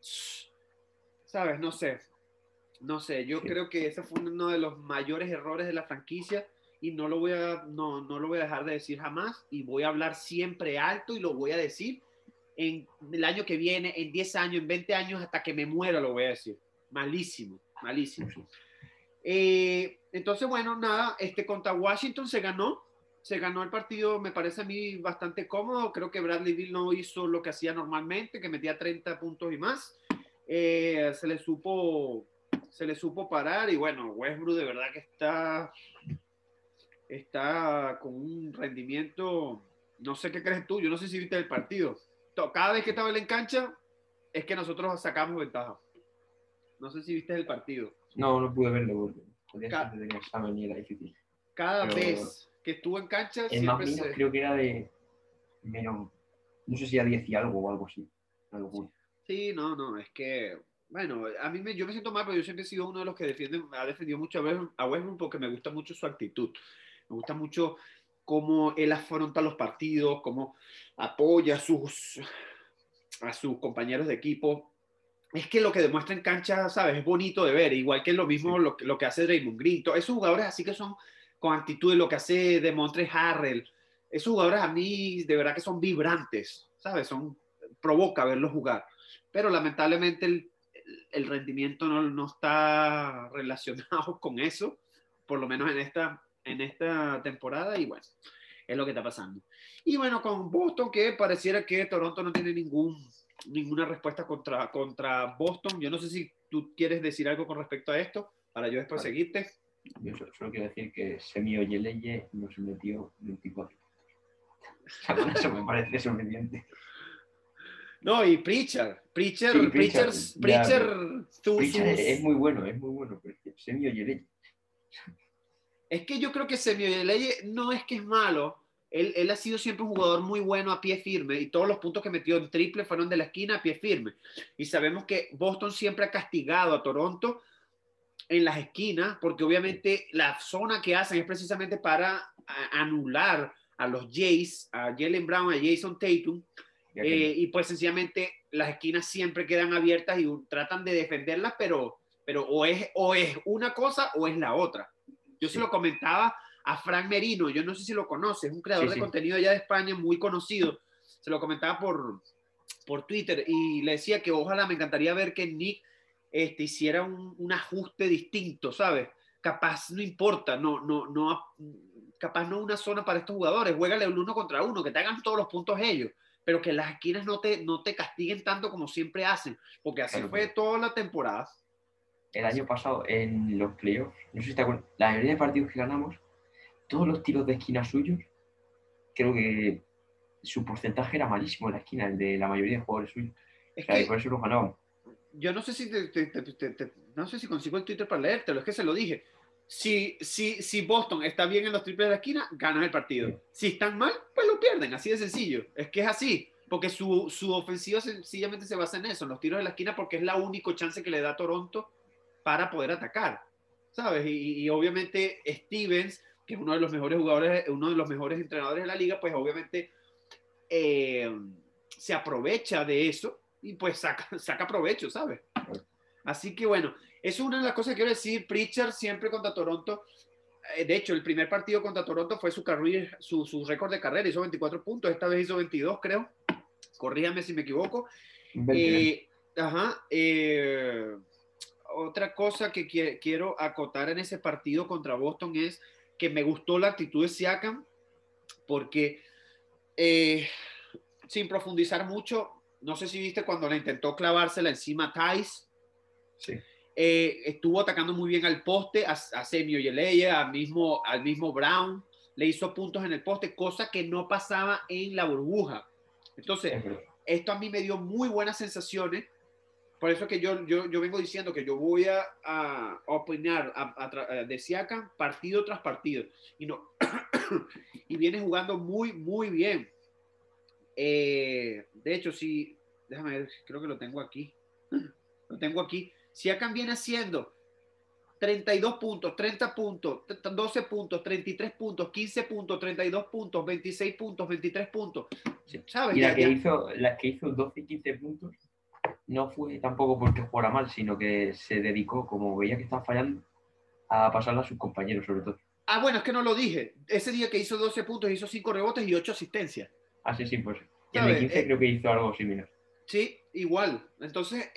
[SPEAKER 1] ¿Sabes? No sé, yo
[SPEAKER 2] Sí.
[SPEAKER 1] creo que ese fue uno de los mayores errores de la franquicia y no lo voy a dejar de decir jamás y voy a hablar siempre alto y lo voy a decir en el año que viene, en 10 años, en 20 años, hasta que me muera lo voy a decir. Malísimo, malísimo.
[SPEAKER 2] Sí.
[SPEAKER 1] Entonces, bueno, nada, contra Washington se ganó el partido, me parece a mí bastante cómodo. Creo que Bradley Beal no hizo lo que hacía normalmente, que metía 30 puntos y más. Se le supo parar y bueno, Westbrook de verdad que está con un rendimiento, no sé qué crees tú, yo no sé si viste el partido. Cada vez que estaba él en cancha es que nosotros sacamos ventaja. No sé si viste el partido.
[SPEAKER 2] No, no pude verlo porque podía ser
[SPEAKER 1] Ca-
[SPEAKER 2] que tenía examen y era difícil.
[SPEAKER 1] cada
[SPEAKER 2] Pero
[SPEAKER 1] vez que estuvo en cancha
[SPEAKER 2] el más
[SPEAKER 1] siempre
[SPEAKER 2] menos
[SPEAKER 1] se...
[SPEAKER 2] creo que era de menos, no sé si a 10 y algo o algo así. Una locura.
[SPEAKER 1] Sí, no, es que, bueno, yo me siento mal, pero yo siempre he sido uno de los que ha defendido mucho a Westbrook porque me gusta mucho su actitud. Me gusta mucho cómo él afronta los partidos, cómo apoya a sus compañeros de equipo. Es que lo que demuestra en cancha, ¿sabes? Es bonito de ver, igual que lo mismo
[SPEAKER 2] Sí.
[SPEAKER 1] lo que hace Draymond Green. Todos esos jugadores así que son con actitud, lo que hace Demontre Harrell. Esos jugadores a mí de verdad que son vibrantes, ¿sabes? Provoca verlos jugar. Pero lamentablemente el rendimiento no está relacionado con eso, por lo menos en esta temporada, y bueno, es lo que está pasando. Y bueno, con Boston, que pareciera que Toronto no tiene ninguna respuesta contra Boston. Yo no sé si tú quieres decir algo con respecto a esto, para yo después
[SPEAKER 2] Vale.
[SPEAKER 1] seguirte.
[SPEAKER 2] Yo solo quiero decir que Semi Ojeleye nos metió 24. O sea, con eso me parece suficiente.
[SPEAKER 1] No, y Preacher,
[SPEAKER 2] Sí, Pritchard, ya, pero Pritchard es
[SPEAKER 1] sus...
[SPEAKER 2] muy bueno, pero es que Semi Ojeleye.
[SPEAKER 1] Es que yo creo que Semioleye no es que es malo. Él ha sido siempre un jugador muy bueno a pie firme y todos los puntos que metió en triple fueron de la esquina a pie firme. Y sabemos que Boston siempre ha castigado a Toronto en las esquinas porque obviamente la zona que hacen es precisamente para anular a los Jays, a Jaylen Brown, a Jason Tatum. Y pues sencillamente las esquinas siempre quedan abiertas y tratan de defenderlas, pero o es una cosa o es la otra. Yo se
[SPEAKER 2] Sí,
[SPEAKER 1] lo comentaba a Frank Merino, yo no sé si lo conoces, es un creador
[SPEAKER 2] sí,
[SPEAKER 1] de
[SPEAKER 2] sí.
[SPEAKER 1] contenido allá de España muy conocido. Se lo comentaba por Twitter y le decía que ojalá me encantaría ver que Nick hiciera un ajuste distinto, ¿sabes? Capaz no importa, capaz no una zona para estos jugadores, juégale el uno contra uno, que te hagan todos los puntos ellos, pero que las esquinas no te castiguen tanto como siempre hacen, porque así
[SPEAKER 2] Claro,
[SPEAKER 1] fue
[SPEAKER 2] pero
[SPEAKER 1] toda la temporada.
[SPEAKER 2] el año pasado en los playoffs, no sé si te acuerdas, la mayoría de partidos que ganamos, todos los tiros de esquina suyos, creo que su porcentaje era malísimo en la esquina, el de la mayoría de jugadores suyos. O
[SPEAKER 1] Es
[SPEAKER 2] sea, y por
[SPEAKER 1] que
[SPEAKER 2] eso los ganaban.
[SPEAKER 1] yo no sé si no sé si consigo el Twitter para leértelo, es que se lo dije. Si Boston está bien en los triples de la esquina, ganan el partido.
[SPEAKER 2] Sí,
[SPEAKER 1] Si están mal, pues lo pierden, así de sencillo. Es que es así. porque su ofensiva sencillamente se basa en eso, en los tiros de la esquina, porque es la única chance que le da a Toronto para poder atacar, ¿sabes? Y obviamente Stevens, que es uno de los mejores jugadores, uno de los mejores entrenadores de la liga, pues obviamente se aprovecha de eso y pues saca provecho, ¿sabes? Así que bueno, eso es una de las cosas que quiero decir. Pritchard siempre contra Toronto. De hecho, el primer partido contra Toronto fue su récord de carrera, hizo 24 puntos, esta vez hizo 22, creo. Corríjame si me equivoco. Ajá. Otra cosa que quiero acotar en ese partido contra Boston es que me gustó la actitud de Siakam, porque sin profundizar mucho, no sé si viste cuando le intentó clavársela encima a Tice.
[SPEAKER 2] Sí.
[SPEAKER 1] Estuvo atacando muy bien al poste, a Semio Yeleye, al mismo Brown, le hizo puntos en el poste, cosa que no pasaba en la burbuja. Entonces, esto a mí me dio muy buenas sensaciones, por eso que yo vengo diciendo que yo voy a opinar de Siakam partido tras partido, y, no, y viene jugando muy, muy bien. De hecho, sí, déjame ver, creo que lo tengo aquí. Lo tengo aquí. Siakam viene haciendo 32 puntos, 30 puntos, 12 puntos, 33 puntos, 15 puntos, 32 puntos, 26 puntos, 23 puntos. ¿Sabes?
[SPEAKER 2] Y la que hizo 12 y 15 puntos no fue tampoco porque jugara mal, sino que se dedicó, como veía que estaba fallando, a pasarla a sus compañeros, sobre todo.
[SPEAKER 1] Ah, bueno, es que no lo dije. Ese día que hizo 12 puntos, hizo 5 rebotes y 8 asistencias.
[SPEAKER 2] Ah, sí, pues. Y en el 15 creo que hizo algo similar.
[SPEAKER 1] Sí, igual. Entonces,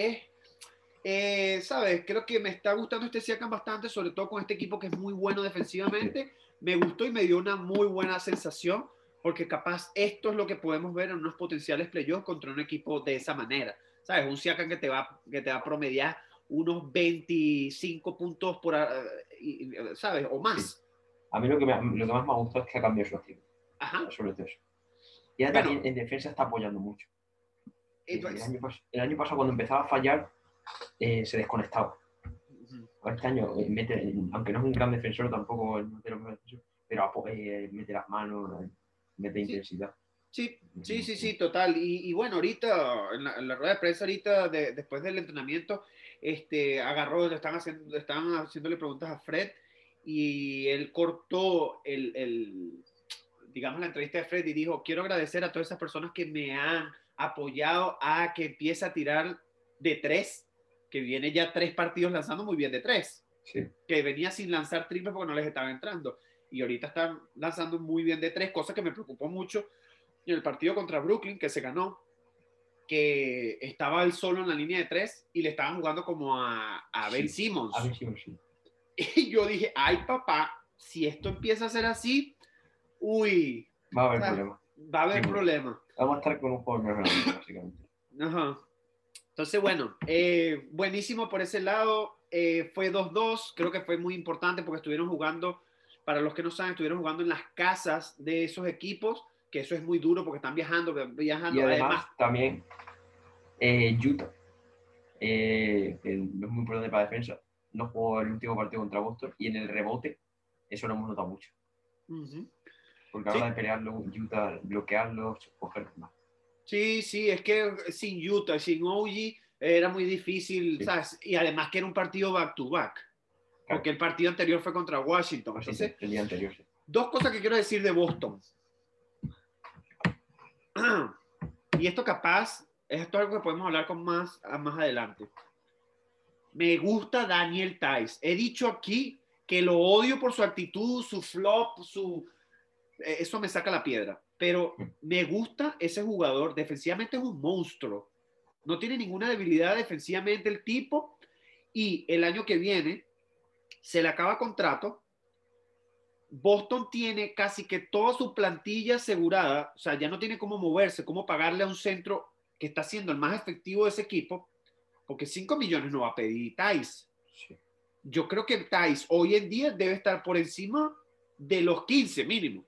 [SPEAKER 1] ¿sabes? Creo que me está gustando este Siakam bastante, sobre todo con este equipo que es muy bueno defensivamente. Sí. Me gustó y me dio una muy buena sensación, porque capaz esto es lo que podemos ver en unos potenciales playoffs contra un equipo de esa manera. ¿Sabes? Un Siakam que te va a promediar unos 25 puntos por, ¿sabes? O más.
[SPEAKER 2] Sí. A mí lo que más me ha gustado es que ha cambiado su actitud.
[SPEAKER 1] Ajá.
[SPEAKER 2] Sobre todo eso. Y ahora también en defensa está apoyando mucho. El año pasado, cuando empezaba a fallar, se desconectaba. Este año, aunque no es un gran defensor tampoco, pero mete las manos, mete intensidad.
[SPEAKER 1] Sí, total. Y bueno, ahorita, en la rueda de prensa, ahorita, después del entrenamiento, agarró, estaban haciéndole preguntas a Fred y él cortó digamos, la entrevista de Fred y dijo, quiero agradecer a todas esas personas que me han apoyado a que empiece a tirar de 3, que viene ya 3 partidos lanzando muy bien de 3.
[SPEAKER 2] Sí.
[SPEAKER 1] Que venía sin lanzar triples porque no les estaba entrando. Y ahorita están lanzando muy bien de 3, cosa que me preocupó mucho en el partido contra Brooklyn, que se ganó, que estaba él solo en la línea de 3 y le estaban jugando como a Ben Simmons.
[SPEAKER 2] A Ben Simmons, sí.
[SPEAKER 1] Y yo dije, ay papá, si esto empieza a ser así, uy.
[SPEAKER 2] Va a haber problema.
[SPEAKER 1] Va a haber problema.
[SPEAKER 2] Vamos a estar con un juego más grande, básicamente.
[SPEAKER 1] Ajá. Entonces, bueno, buenísimo por ese lado. Fue 2-2, creo que fue muy importante porque estuvieron jugando, para los que no saben, estuvieron jugando en las casas de esos equipos, que eso es muy duro porque están viajando.
[SPEAKER 2] Y además también Utah, que es muy importante para la defensa, no jugó el último partido contra Boston y en el rebote eso lo hemos notado mucho. Porque a la hora de pelearlo, Utah, bloquearlo, coger más.
[SPEAKER 1] Sí, es que sin Utah, sin OG, era muy difícil, ¿sabes? Y además que era un partido back-to-back. Porque el partido anterior fue contra Washington. Entonces,
[SPEAKER 2] el día anterior, sí.
[SPEAKER 1] Dos cosas que quiero decir de Boston. Y esto es algo que podemos hablar más adelante. Me gusta Daniel Theis. He dicho aquí que lo odio por su actitud, su flop, eso me saca la piedra. Pero me gusta ese jugador. Defensivamente es un monstruo. No tiene ninguna debilidad defensivamente el tipo. Y el año que viene se le acaba contrato. Boston tiene casi que toda su plantilla asegurada. O sea, ya no tiene cómo moverse, cómo pagarle a un centro que está siendo el más efectivo de ese equipo. Porque 5 millones no va a pedir Theis.
[SPEAKER 2] Sí.
[SPEAKER 1] Yo creo que Theis hoy en día debe estar por encima de los 15 mínimo.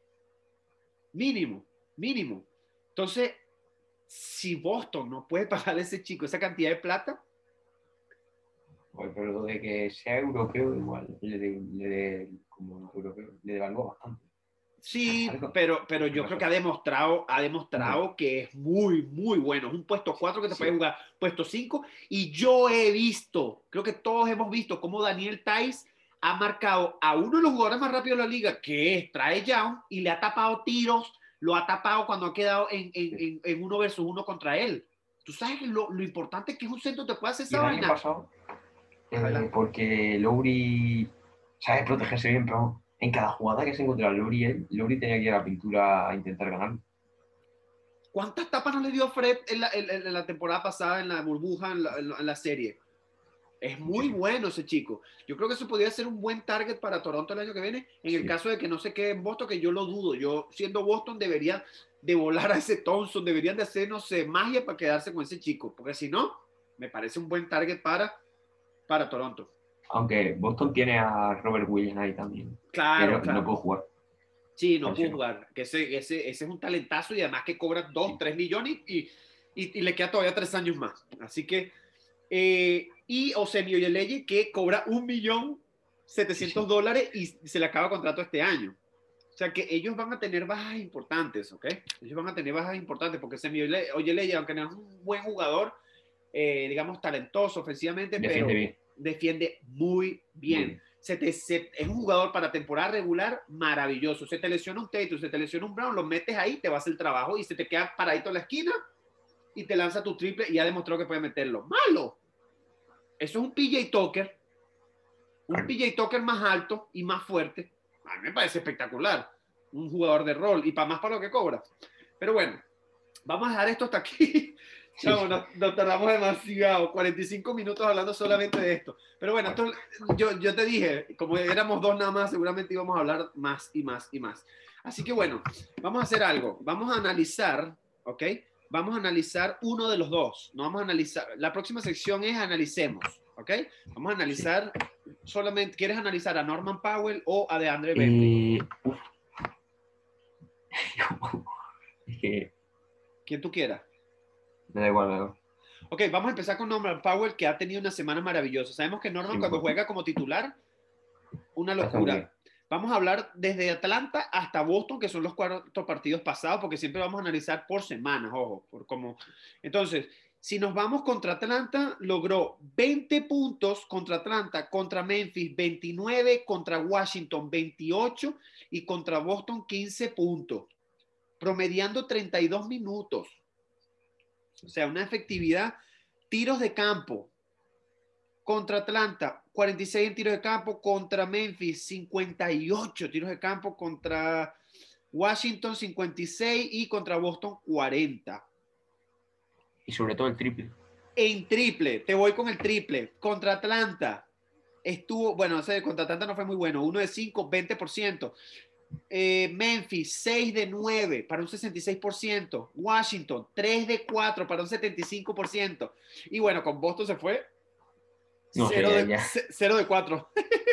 [SPEAKER 1] Mínimo. Entonces, si Boston no puede pagarle a ese chico esa cantidad de plata.
[SPEAKER 2] Bueno, pero de que sea europeo igual, como europeo, le devalúa bastante.
[SPEAKER 1] Sí,
[SPEAKER 2] Algo.
[SPEAKER 1] pero yo creo que ha demostrado que es muy, muy bueno. Es un puesto 4 que te puede jugar, puesto 5. Y yo he visto, creo que todos hemos visto cómo Daniel Tais ha marcado a uno de los jugadores más rápidos de la liga, que es Trae Young, y le ha tapado tiros, lo ha tapado cuando ha quedado en uno versus uno contra él. Tú sabes lo importante que es un centro, te puede hacer
[SPEAKER 2] Y
[SPEAKER 1] esa
[SPEAKER 2] el año
[SPEAKER 1] vaina.
[SPEAKER 2] pasado,
[SPEAKER 1] Adelante.
[SPEAKER 2] porque Lowry sabe protegerse bien, pero en cada jugada que se encontraba Lowry tenía que ir a la pintura a intentar ganar.
[SPEAKER 1] ¿Cuántas tapas no le dio Fred en la temporada pasada, en la burbuja, en la serie? Es muy
[SPEAKER 2] Muchísimo.
[SPEAKER 1] bueno ese chico. Yo creo que eso podría ser un buen target para Toronto el año que viene, en el
[SPEAKER 2] Sí.
[SPEAKER 1] caso de que no se quede en Boston, que yo lo dudo. Yo, siendo Boston, deberían de volar a ese Thompson, deberían de hacer, no sé, magia para quedarse con ese chico, porque si no, me parece un buen target para Toronto.
[SPEAKER 2] Aunque Boston tiene a Robert Williams ahí también, que
[SPEAKER 1] Claro,
[SPEAKER 2] no
[SPEAKER 1] claro.
[SPEAKER 2] puedo jugar.
[SPEAKER 1] Sí,
[SPEAKER 2] A
[SPEAKER 1] no
[SPEAKER 2] ver si
[SPEAKER 1] pudo
[SPEAKER 2] no.
[SPEAKER 1] jugar. Que ese es un talentazo y además que cobra 2
[SPEAKER 2] Sí,
[SPEAKER 1] 3 millones y le queda todavía 3 años más. Así que, y Osemio Yeleye que cobra
[SPEAKER 2] sí,
[SPEAKER 1] 1.700.000
[SPEAKER 2] sí.
[SPEAKER 1] dólares y se le acaba contrato este año. O sea que ellos van a tener bajas importantes, ¿ok? Ellos van a tener bajas importantes porque Osemio Yeleye, aunque no es un buen jugador, digamos, talentoso ofensivamente,
[SPEAKER 2] Defiende
[SPEAKER 1] pero
[SPEAKER 2] bien,
[SPEAKER 1] defiende muy
[SPEAKER 2] muy
[SPEAKER 1] bien.
[SPEAKER 2] bien.
[SPEAKER 1] Es un jugador para temporada regular maravilloso. Se te lesiona un Tatum, se te lesiona un Brown, lo metes ahí, te vas el trabajo y se te queda paradito en la esquina y te lanza tu triple y ya demostró que puede meterlo. Malo. Eso es un
[SPEAKER 2] Claro.
[SPEAKER 1] PJ Tucker más alto y más fuerte. A mí me parece espectacular. Un jugador de rol y para más para lo que cobra. Pero bueno, vamos a dejar esto hasta aquí.
[SPEAKER 2] Sí,
[SPEAKER 1] Chavo,
[SPEAKER 2] sí.
[SPEAKER 1] nos tardamos demasiado, 45 minutos hablando solamente de esto. Pero bueno,
[SPEAKER 2] Bueno,
[SPEAKER 1] yo te dije, como éramos dos nada más, seguramente íbamos a hablar más y más y más. Así que bueno, vamos a hacer algo. Vamos a analizar, ¿ok? Vamos a analizar uno de los dos. No vamos a analizar. La próxima sección es analicemos, ¿ok? Vamos a
[SPEAKER 2] sí.
[SPEAKER 1] analizar solamente. ¿Quieres analizar a Norman Powell o a DeAndre Bembry?
[SPEAKER 2] Uf, es que
[SPEAKER 1] Quien tú quieras.
[SPEAKER 2] me da igual, me da igual.
[SPEAKER 1] Ok, vamos a empezar con Norman Powell, que ha tenido una semana maravillosa. Sabemos que
[SPEAKER 2] Sí,
[SPEAKER 1] Norman cuando
[SPEAKER 2] mejor.
[SPEAKER 1] juega como titular, una
[SPEAKER 2] Lo hace muy
[SPEAKER 1] locura.
[SPEAKER 2] bien.
[SPEAKER 1] Vamos a hablar desde Atlanta hasta Boston, que son los 4 partidos pasados, porque siempre vamos a analizar por semanas, ojo, por como. Entonces, si nos vamos contra Atlanta, logró 20 puntos contra Atlanta, contra Memphis 29, contra Washington 28 y contra Boston 15 puntos, promediando 32 minutos. O sea, una efectividad, tiros de campo, contra Atlanta, 46 en tiros de campo, contra Memphis, 58 tiros de campo, contra Washington, 56 y contra Boston, 40.
[SPEAKER 2] Y sobre todo el triple.
[SPEAKER 1] En triple, te voy con el triple, contra Atlanta, estuvo, bueno, contra Atlanta no fue muy bueno, 1 de 5, 20%. Memphis, 6 de 9 para un 66%. Washington, 3 de 4 para un 75%. Y bueno, con Boston se fue
[SPEAKER 2] No sé,
[SPEAKER 1] 0 de,
[SPEAKER 2] ya.
[SPEAKER 1] 0 de 4.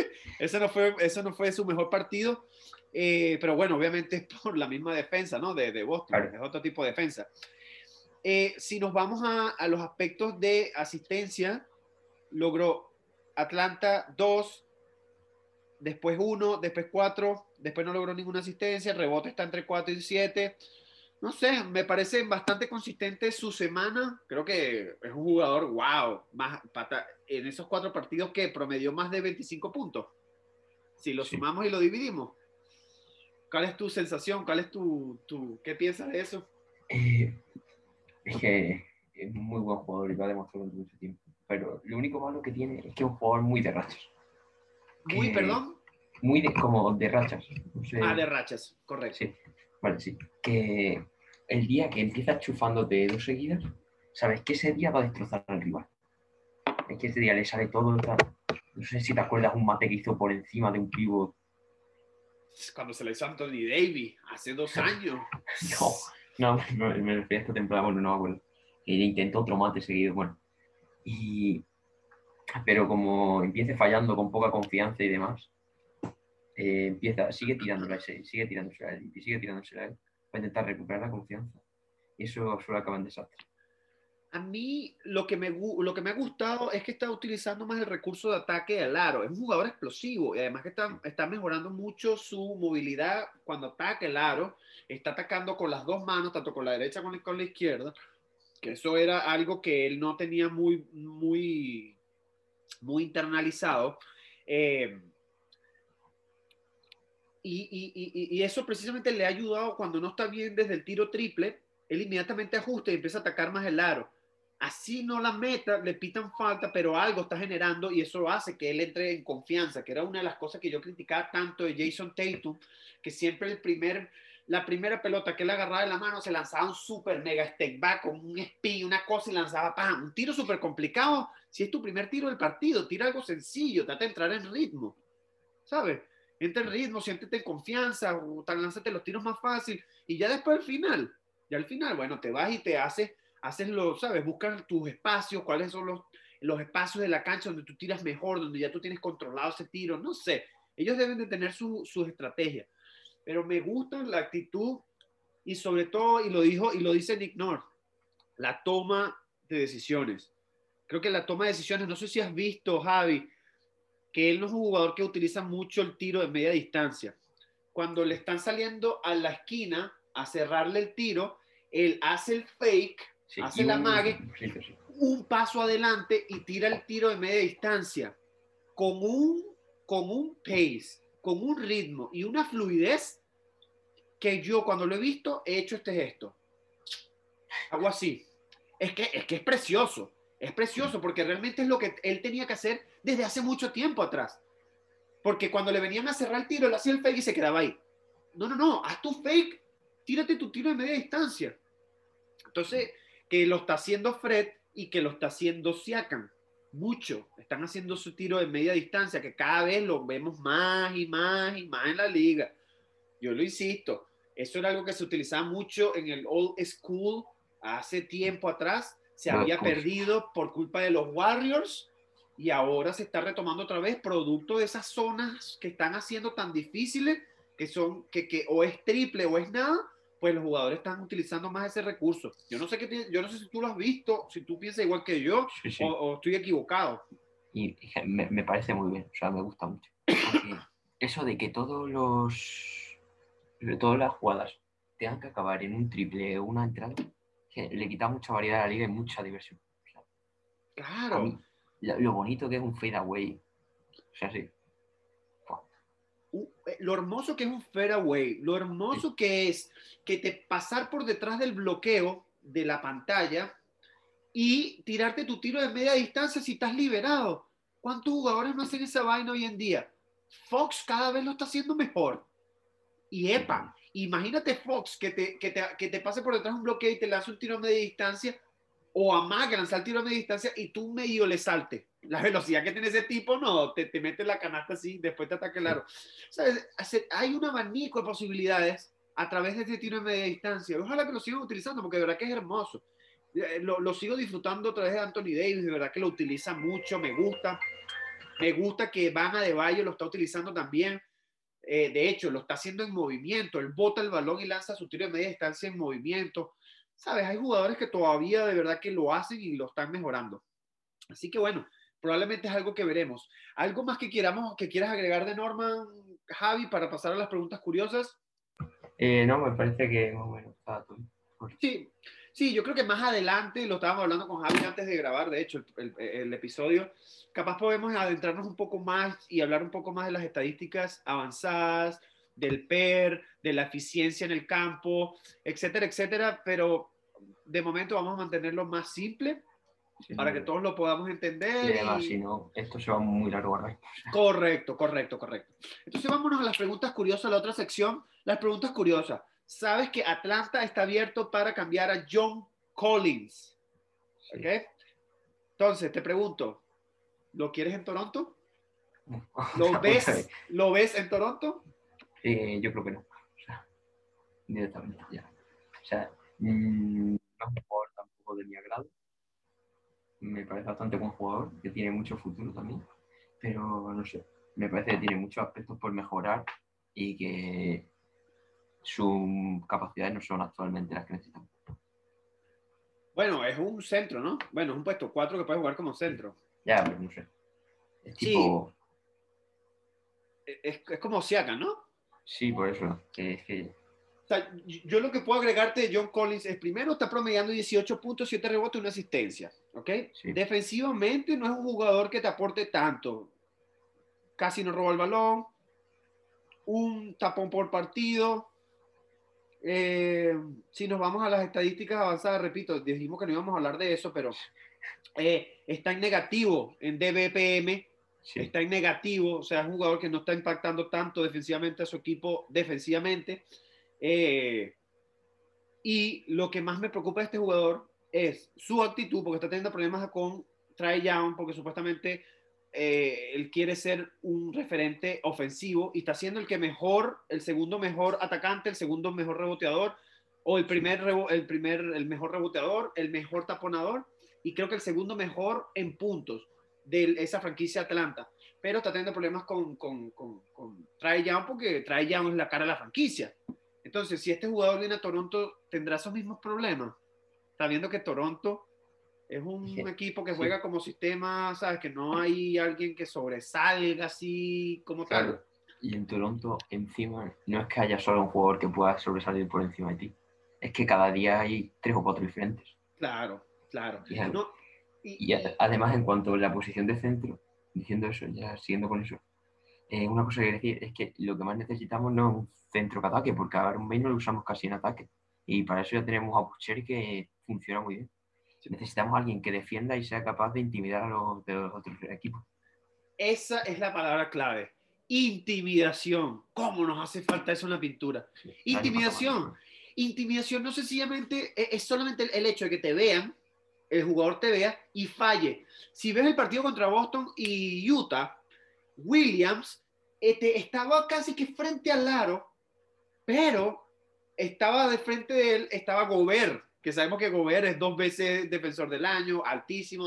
[SPEAKER 1] Eso no fue su mejor partido. Pero bueno, obviamente es por la misma defensa, ¿no? De Boston.
[SPEAKER 2] Claro.
[SPEAKER 1] Es otro tipo de defensa. Si nos vamos a los aspectos de asistencia, logró Atlanta 2, después 1, después 4, después no logró ninguna asistencia, rebote está entre 4 y 7. No sé, me parece bastante consistente su semana. Creo que es un jugador, wow, en esos 4 partidos que promedió más de 25 puntos. Si lo
[SPEAKER 2] Sí.
[SPEAKER 1] sumamos y lo dividimos, ¿cuál es tu sensación? ¿Cuál es qué piensas de eso?
[SPEAKER 2] Eh, es que es un muy buen jugador y lo ha demostrado durante mucho tiempo. Pero lo único malo que tiene es que es un jugador muy de rachas.
[SPEAKER 1] Muy,
[SPEAKER 2] Que
[SPEAKER 1] perdón.
[SPEAKER 2] muy de, como de rachas. No
[SPEAKER 1] Ah,
[SPEAKER 2] sé.
[SPEAKER 1] de rachas, correcto.
[SPEAKER 2] Sí. Vale, sí. Que el día que empiezas chufándote dos seguidas, sabes que ese día va a destrozar al rival. Es que ese día le sale todo. No sé si te acuerdas un mate que hizo por encima de un pívot.
[SPEAKER 1] Cuando se le hizo Anthony Davis, hace 2 años.
[SPEAKER 2] Me refería a esta temporada, bueno, no me acuerdo. Que intentó otro mate seguido, bueno. Y, pero como empiece fallando con poca confianza y demás, sigue tirándole a ese, sigue tirándose a él, y sigue tirándose a él, para intentar recuperar la confianza. Y eso suele acabar en desastre.
[SPEAKER 1] A mí lo que me ha gustado es que está utilizando más el recurso de ataque del aro. Es un jugador explosivo y además que está mejorando mucho su movilidad cuando ataca el aro. Está atacando con las dos manos, tanto con la derecha como con la izquierda, que eso era algo que él no tenía muy internalizado. Eh, y eso precisamente le ha ayudado cuando no está bien desde el tiro triple, él inmediatamente ajusta y empieza a atacar más el aro. Así no la meta, le pitan falta, pero algo está generando y eso hace que él entre en confianza, que era una de las cosas que yo criticaba tanto de Jason Tatum, que siempre la primera pelota que él agarraba en la mano se lanzaba un super mega step back con un spin, una cosa y lanzaba ¡pam! Un tiro súper complicado. Si es tu primer tiro del partido, tira algo sencillo, trata de entrar en ritmo, ¿sabes? Entra en ritmo, siéntete en confianza, lánzate los tiros más fácil y ya después al final, bueno, te vas y te haces lo, ¿sabes? Buscas tus espacios, cuáles son los espacios de la cancha donde tú tiras mejor, donde ya tú tienes controlado ese tiro, no sé. Ellos deben de tener sus estrategias, pero me gusta la actitud y sobre todo, y lo dice Nick North, la toma de decisiones. Creo que la toma de decisiones, no sé si has visto, Javi, que él no es un jugador que utiliza mucho el tiro de media distancia. Cuando le están saliendo a la esquina a cerrarle el tiro, él hace el fake,
[SPEAKER 2] Sí,
[SPEAKER 1] hace la mague,
[SPEAKER 2] sí.
[SPEAKER 1] un paso adelante y tira el tiro de media distancia con un pace, con un ritmo y una fluidez que yo cuando lo he visto he hecho este gesto. Hago así. Es precioso porque realmente es lo que él tenía que hacer desde hace mucho tiempo atrás. Porque cuando le venían a cerrar el tiro, él hacía el fake y se quedaba ahí. No, haz tu fake, tírate tu tiro de media distancia. Entonces, que lo está haciendo Fred y que lo está haciendo Siakam. Mucho. Están haciendo su tiro de media distancia, que cada vez lo vemos más y más y más en la liga. Yo lo insisto, eso era algo que se utilizaba mucho en el old school hace tiempo atrás. Se había perdido por culpa de los Warriors y ahora se está retomando otra vez producto de esas zonas que están haciendo tan difíciles que son que o es triple o es nada, pues los jugadores están utilizando más ese recurso. Yo no sé si tú lo has visto, si tú piensas igual que yo
[SPEAKER 2] Sí.
[SPEAKER 1] o estoy equivocado.
[SPEAKER 2] Y me parece muy bien, o sea, me gusta mucho. Porque eso de que todas las jugadas tengan que acabar en un triple o una entrada, que le quita mucha variedad a la liga y mucha diversión. O sea, a
[SPEAKER 1] Claro.
[SPEAKER 2] mí, lo bonito que es un fade away, o sea, sí.
[SPEAKER 1] Lo hermoso que es un fairway, lo hermoso que es que te pasar por detrás del bloqueo de la pantalla y tirarte tu tiro de media distancia si estás liberado. ¿Cuántos jugadores no hacen esa vaina hoy en día? Fox cada vez lo está haciendo mejor. Y epa, imagínate Fox que te pase por detrás un bloqueo y te lance un tiro a media distancia o amague lanzar el tiro a media distancia y tú medio le salte. La velocidad que tiene ese tipo, no, te mete la canasta así, después te ataca el aro. ¿Sabes? Hay un abanico de posibilidades a través de este tiro de media distancia. Ojalá que lo sigan utilizando porque de verdad que es hermoso. Lo sigo disfrutando a través de Anthony Davis, de verdad que lo utiliza mucho, me gusta. Me gusta que Bam Adebayo lo está utilizando también. De hecho, lo está haciendo en movimiento. Él bota el balón y lanza su tiro de media distancia en movimiento. ¿Sabes? Hay jugadores que todavía de verdad que lo hacen y lo están mejorando. Así que bueno, probablemente es algo que veremos. ¿Algo más que quieras agregar de Norman, Javi, para pasar a las preguntas curiosas?
[SPEAKER 2] No, me parece que más o menos está todo.
[SPEAKER 1] Sí, sí, yo creo que más adelante, lo estábamos hablando con Javi antes de grabar, de hecho, el episodio, capaz podemos adentrarnos un poco más y hablar un poco más de las estadísticas avanzadas, del PER, de la eficiencia en el campo, etcétera, etcétera, pero de momento vamos a mantenerlo más simple para que todos lo podamos
[SPEAKER 2] Y
[SPEAKER 1] entender
[SPEAKER 2] además, si
[SPEAKER 1] y...
[SPEAKER 2] no, esto se va muy largo ahora.
[SPEAKER 1] Correcto, correcto, correcto. Entonces vámonos a las preguntas curiosas, la otra sección, las preguntas curiosas. ¿Sabes que Atlanta está abierto para cambiar a John Collins?
[SPEAKER 2] Sí.
[SPEAKER 1] ¿Ok? Entonces, te pregunto, ¿lo quieres en Toronto? ¿Lo ves en Toronto?
[SPEAKER 2] Yo creo que no. O sea, directamente, ya. O sea, no es un jugador tampoco de mi agrado. Me parece bastante buen jugador, que tiene mucho futuro también. Pero no sé, me parece que tiene muchos aspectos por mejorar y que sus capacidades no son actualmente las que necesitamos.
[SPEAKER 1] Bueno, es un centro, ¿no? Bueno, es un puesto 4 que puede jugar como centro.
[SPEAKER 2] Ya, pero no sé. Es
[SPEAKER 1] Sí,
[SPEAKER 2] tipo...
[SPEAKER 1] es como Siakam, ¿no? O
[SPEAKER 2] Sí, por eso. Es que...
[SPEAKER 1] sea, yo lo que puedo agregarte de John Collins es, primero, está promediando 18 puntos, 7 rebotes y una asistencia, ¿ok?
[SPEAKER 2] Sí.
[SPEAKER 1] Defensivamente no es un jugador que te aporte tanto. Casi no roba el balón, un tapón por partido. Si nos vamos a las estadísticas avanzadas, repito, dijimos que no íbamos a hablar de eso, pero está en negativo en DBPM,
[SPEAKER 2] Sí.
[SPEAKER 1] está en negativo, o sea, es un jugador que no está impactando tanto defensivamente a su equipo defensivamente. Y lo que más me preocupa de este jugador es su actitud, porque está teniendo problemas con Trae Young, porque supuestamente él quiere ser un referente ofensivo y está siendo el segundo mejor atacante, el segundo mejor reboteador, o el mejor reboteador, el mejor taponador, y creo que el segundo mejor en puntos de esa franquicia Atlanta. Pero está teniendo problemas con Trae Young, porque Trae Young es la cara de la franquicia. Entonces, si este jugador viene a Toronto, ¿tendrá esos mismos problemas? Está viendo que Toronto es un equipo que juega
[SPEAKER 2] Sí,
[SPEAKER 1] como sistema, ¿sabes? Que no hay alguien que sobresalga así como tal.
[SPEAKER 2] claro. Y en Toronto, encima, no es que haya solo un jugador que pueda sobresalir por encima de ti. Es que cada día hay 3 o 4 diferentes.
[SPEAKER 1] Claro, claro.
[SPEAKER 2] Y, es-
[SPEAKER 1] No,
[SPEAKER 2] y además, en cuanto a la posición de centro, diciendo eso, ya siguiendo con eso, una cosa que quiero decir es que lo que más necesitamos no es un centro que ataque, porque ahora un main no lo usamos casi en ataque. Y para eso ya tenemos a Bucheri que funciona muy bien. Necesitamos a alguien que defienda y sea capaz de intimidar a los otros equipos.
[SPEAKER 1] esa es la palabra clave. Intimidación. ¿Cómo nos hace falta eso en la pintura?
[SPEAKER 2] Sí, el año pasado más,
[SPEAKER 1] Intimidación. Intimidación no sencillamente es solamente el hecho de que te vean, el jugador te vea y falle. Si ves el partido contra Boston y Utah, Williams estaba casi que frente al aro, pero estaba de frente de él, estaba Gobert, que sabemos que Gobert es 2 veces defensor del año, altísimo,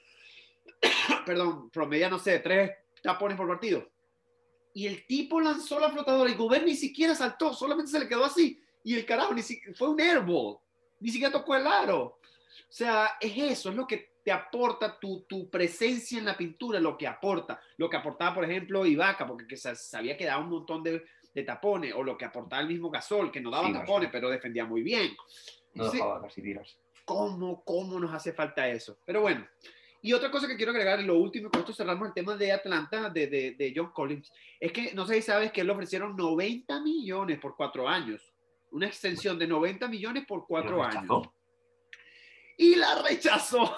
[SPEAKER 1] perdón, promedia, no sé, 3 tapones por partido. Y el tipo lanzó la flotadora y Gobert ni siquiera saltó, solamente se le quedó así. Y el carajo fue un airball, ni siquiera tocó el aro. O sea, es eso, es lo que te aporta tu presencia en la pintura, lo que aportaba, por ejemplo, Ibaka, porque sabía que daba un montón de tapones, o lo que aportaba el mismo Gasol, que no daba
[SPEAKER 2] sí,
[SPEAKER 1] tapones, pero defendía muy bien.
[SPEAKER 2] no
[SPEAKER 1] Entonces,
[SPEAKER 2] dejaba casi tiras.
[SPEAKER 1] ¿cómo nos hace falta eso? Pero bueno, y otra cosa que quiero agregar, lo último, y con esto cerramos el tema de Atlanta, de John Collins, es que no sé si sabes que le ofrecieron 90 millones por 4 años. Una extensión de 90 millones por
[SPEAKER 2] ¿Y lo
[SPEAKER 1] 4 años.
[SPEAKER 2] rechazó?
[SPEAKER 1] Y la rechazó.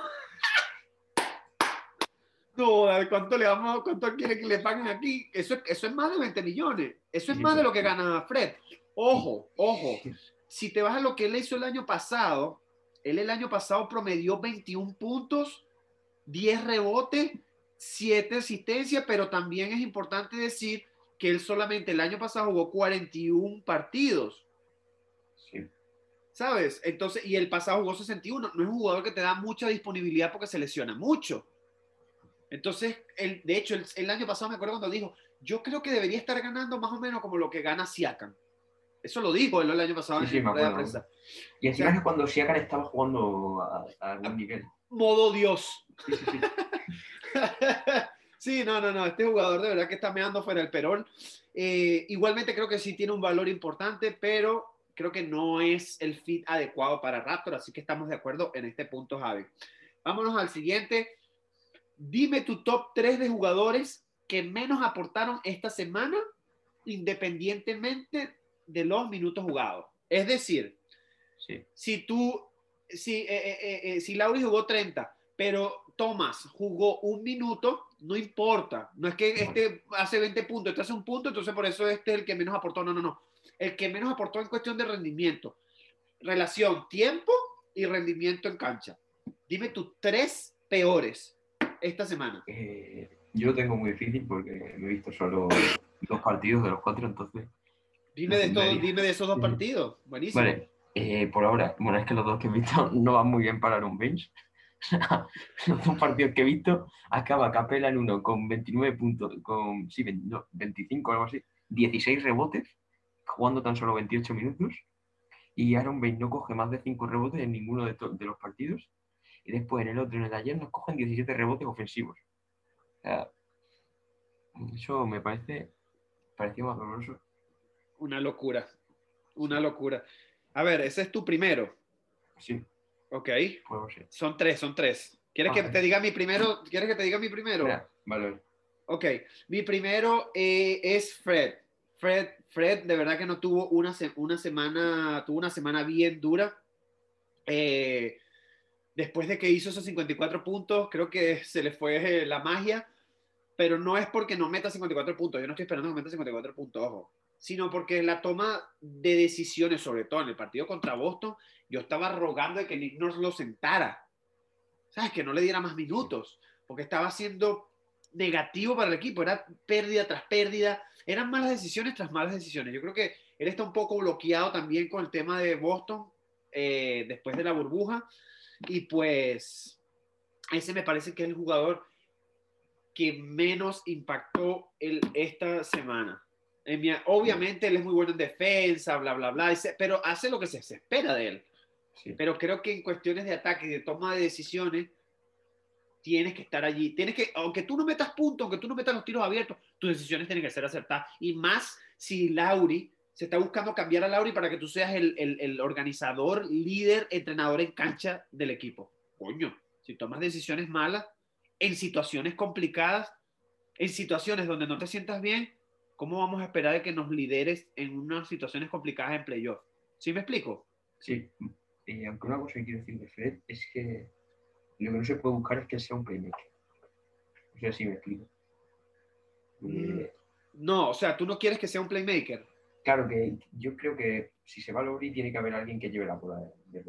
[SPEAKER 1] No, ¿cuánto quiere que le paguen aquí? Eso es más de 20 millones. Eso
[SPEAKER 2] Sí,
[SPEAKER 1] es
[SPEAKER 2] sí,
[SPEAKER 1] más de
[SPEAKER 2] pero...
[SPEAKER 1] lo que gana Fred. Ojo. Si te vas a lo que él hizo el año pasado, él el año pasado promedió 21 puntos, 10 rebotes, 7 asistencias, pero también es importante decir que él solamente el año pasado jugó 41 partidos.
[SPEAKER 2] Sí.
[SPEAKER 1] ¿Sabes? Entonces, y el pasado jugó 61. No es un jugador que te da mucha disponibilidad porque se lesiona mucho. Entonces, de hecho, el año pasado me acuerdo cuando dijo, yo creo que debería estar ganando más o menos como lo que gana Siakam. Eso lo dijo él el año pasado
[SPEAKER 2] Sí, sí,
[SPEAKER 1] en
[SPEAKER 2] me
[SPEAKER 1] rueda de
[SPEAKER 2] acuerdo.
[SPEAKER 1] prensa.
[SPEAKER 2] Y
[SPEAKER 1] O
[SPEAKER 2] encima
[SPEAKER 1] sea,
[SPEAKER 2] que cuando Siakam estaba jugando a algún nivel.
[SPEAKER 1] modo Dios.
[SPEAKER 2] Sí, sí, sí.
[SPEAKER 1] Sí, no. Este jugador de verdad que está meando fuera del perón. Igualmente creo que sí tiene un valor importante, pero creo que no es el fit adecuado para Raptor, así que estamos de acuerdo en este punto, Javi. Vámonos al siguiente. Dime tu top 3 de jugadores que menos aportaron esta semana, independientemente de los minutos jugados. Es decir,
[SPEAKER 2] Sí.
[SPEAKER 1] si Lauri jugó 30, pero Thomas jugó un minuto, no importa. No es que este hace 20 puntos, este hace un punto, entonces por eso este es el que menos aportó. No. El que menos aportó en cuestión de rendimiento. Relación tiempo y rendimiento en cancha. Dime tus 3 peores esta semana.
[SPEAKER 2] Yo lo tengo muy difícil porque me he visto solo 2 partidos de los 4, entonces
[SPEAKER 1] Dime
[SPEAKER 2] no
[SPEAKER 1] de,
[SPEAKER 2] tendré
[SPEAKER 1] estos,
[SPEAKER 2] 10.
[SPEAKER 1] dime de esos 2 partidos. Buenísimo.
[SPEAKER 2] Vale, por ahora, bueno, es que los dos que he visto no van muy bien para un bench. Los 2 partidos que he visto, acaba Capela en uno con 29 puntos, sí, 25 o algo así, 16 rebotes, jugando tan solo 28 minutos. y Aaron Baines no coge más de 5 rebotes en ninguno de los partidos. Y después en el otro, en el de ayer, nos cogen 17 rebotes ofensivos. O sea, eso me pareció más doloroso.
[SPEAKER 1] Una locura. Una
[SPEAKER 2] Sí.
[SPEAKER 1] locura. A ver, ese es tu primero.
[SPEAKER 2] Sí,
[SPEAKER 1] Ok.
[SPEAKER 2] pues sí.
[SPEAKER 1] Son tres. ¿Quieres que te diga mi primero? ¿Quieres que te diga mi primero?
[SPEAKER 2] Mira, vale.
[SPEAKER 1] Ok. Mi primero es Fred. Fred, de verdad que no tuvo una semana, tuvo una semana bien dura. Después de que hizo esos 54 puntos, creo que se le fue la magia, pero no es porque no meta 54 puntos. Yo no estoy esperando que meta 54 puntos, ojo, sino porque la toma de decisiones, sobre todo en el partido contra Boston, yo estaba rogando de que Nick Nurse lo sentara, ¿sabes? Que no le diera más minutos, porque estaba siendo negativo para el equipo, era pérdida tras pérdida, eran malas decisiones tras malas decisiones. Yo creo que él está un poco bloqueado también con el tema de Boston después de la burbuja, y pues ese me parece que es el jugador que menos impactó esta semana. Obviamente él es muy bueno en defensa, bla, bla, bla, pero hace lo que se espera de él.
[SPEAKER 2] Sí.
[SPEAKER 1] Pero creo que en cuestiones de ataque y de toma de decisiones, tienes que estar allí. Tienes que, aunque tú no metas puntos, aunque tú no metas los tiros abiertos, tus decisiones tienen que ser acertadas. Y más si Lauri se está buscando cambiar a Lauri para que tú seas el organizador, líder, entrenador en cancha del equipo. Coño, si tomas decisiones malas, en situaciones complicadas, en situaciones donde no te sientas bien, ¿cómo vamos a esperar de que nos lideres en unas situaciones complicadas en playoff? ¿Sí me explico?
[SPEAKER 2] Sí. Aunque una cosa que quiero decir de Fred es que lo que no se puede buscar es que sea un playmaker. O sea, si me explico.
[SPEAKER 1] No, o sea, tú no quieres que sea un playmaker.
[SPEAKER 2] Claro que yo creo que si se va a Lowry tiene que haber alguien que lleve la bola de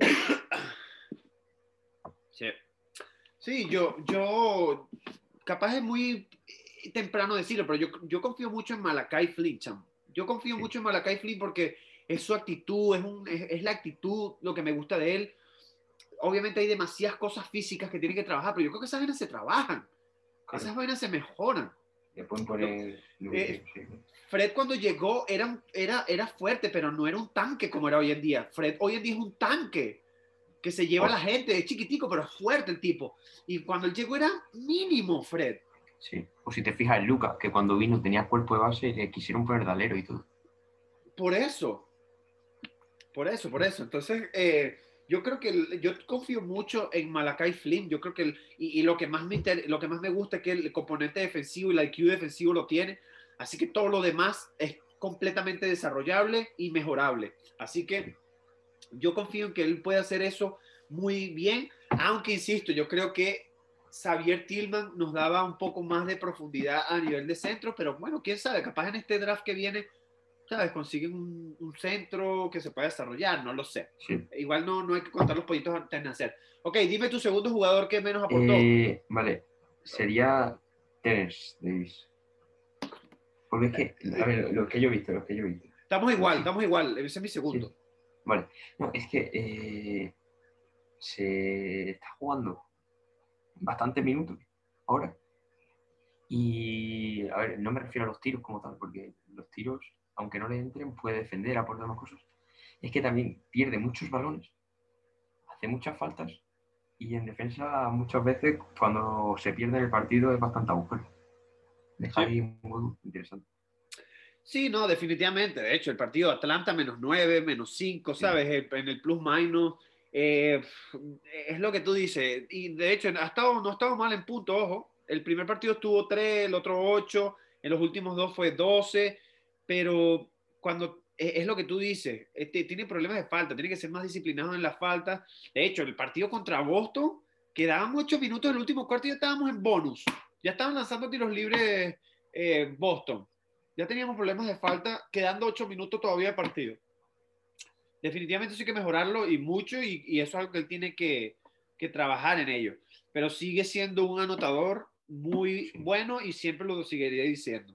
[SPEAKER 1] Sí. Sí, yo, capaz es muy temprano decirlo, pero yo confío mucho en Malachi Flynn, chamo. Yo confío
[SPEAKER 2] Sí.
[SPEAKER 1] mucho en Malachi Flynn porque es su actitud, es la actitud lo que me gusta de él. Obviamente hay demasiadas cosas físicas que tienen que trabajar, pero yo creo que esas vainas se trabajan,
[SPEAKER 2] Claro.
[SPEAKER 1] esas vainas se mejoran.
[SPEAKER 2] Le pueden poner
[SPEAKER 1] Sí. Fred cuando llegó era fuerte, pero no era un tanque como era hoy en día. Fred hoy en día es un tanque que se lleva a la gente, es chiquitico, pero es fuerte el tipo. Y cuando él llegó era mínimo, Fred.
[SPEAKER 2] Sí. O si te fijas en Lucas, que cuando vino tenía cuerpo de base y le quisieron poner de alero y todo.
[SPEAKER 1] Por eso. Entonces, yo creo que yo confío mucho en Malachi Flynn. Yo creo que y lo que más lo que más me gusta es que el componente defensivo y el IQ defensivo lo tiene. Así que todo lo demás es completamente desarrollable y mejorable. Así que yo confío en que él puede hacer eso muy bien. Aunque, insisto, yo creo que Xavier Tillman nos daba un poco más de profundidad a nivel de centro. Pero bueno, quién sabe, capaz en este draft que viene, ¿sabes? Consiguen un centro que se pueda desarrollar, no lo sé.
[SPEAKER 2] Sí.
[SPEAKER 1] Igual no hay que contar los pollitos antes de nacer. Ok, dime tu segundo jugador que menos aportó.
[SPEAKER 2] Vale, sería Terence Davis. Porque es que, a ver, lo que yo he visto.
[SPEAKER 1] Estamos
[SPEAKER 2] Sí.
[SPEAKER 1] igual, ese es mi segundo.
[SPEAKER 2] Sí. Vale, no, es que se está jugando bastantes minutos ahora. Y, a ver, no me refiero a los tiros como tal, porque los tiros, aunque no le entren, puede defender, aportar más cosas. Es que también pierde muchos balones, hace muchas faltas, y en defensa muchas veces cuando se pierde el partido es bastante agujero. Deja ahí muy interesante.
[SPEAKER 1] Sí, no, definitivamente. De hecho, el partido de Atlanta -9, -5,
[SPEAKER 2] Sí.
[SPEAKER 1] ¿sabes? En el plus-minus. Es lo que tú dices. Y de hecho, no ha estado mal en punto, ojo. El primer partido estuvo 3, el otro 8, en los últimos dos fue 12, pero cuando es lo que tú dices, tiene problemas de falta, tiene que ser más disciplinado en la falta. De hecho, el partido contra Boston, quedaban 8 minutos del último cuarto y ya estábamos en bonus. Ya estaban lanzando tiros libres Boston. Ya teníamos problemas de falta, quedando 8 minutos todavía de partido. Definitivamente sí hay que mejorarlo y mucho, y eso es algo que él tiene que trabajar en ello. Pero sigue siendo un anotador muy bueno y siempre lo seguiría diciendo.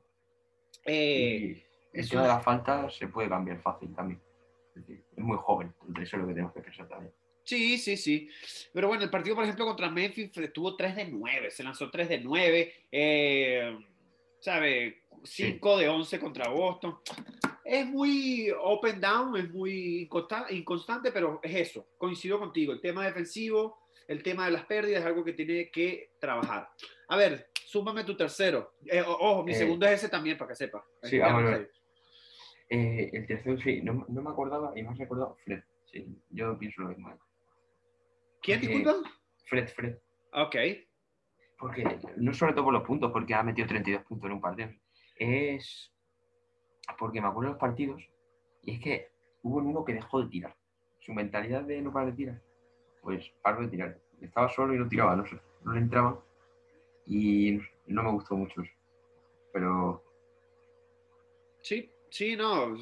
[SPEAKER 2] Y el tema de la falta se puede cambiar fácil también. Es decir, es muy joven, entonces eso es lo que tenemos que pensar también.
[SPEAKER 1] Sí. Pero bueno, el partido, por ejemplo, contra Memphis estuvo 3 de 9, se lanzó 3 de 9, ¿sabe? 5 de 11 contra Boston. Es muy up and down, es muy inconstante, pero es eso. Coincido contigo. El tema defensivo, el tema de las pérdidas es algo que tiene que trabajar. A ver, súmame tu tercero. Ojo, mi segundo es ese también, para que sepas.
[SPEAKER 2] Sí, vamos a ver. El tercero, sí, no me acordaba y me has recordado Fred. Sí, yo pienso lo mismo.
[SPEAKER 1] ¿Quién,
[SPEAKER 2] Porque
[SPEAKER 1] disculpa?
[SPEAKER 2] Fred.
[SPEAKER 1] Ok.
[SPEAKER 2] Porque no sobre todo por los puntos, porque ha metido 32 puntos en un partido. Es porque me acuerdo de los partidos y es que hubo uno que dejó de tirar. Su mentalidad de no parar de tirar, pues paró de tirar. Estaba solo y no tiraba, no sé, no le entraba y no me gustó mucho eso. Pero
[SPEAKER 1] Sí, sí, no.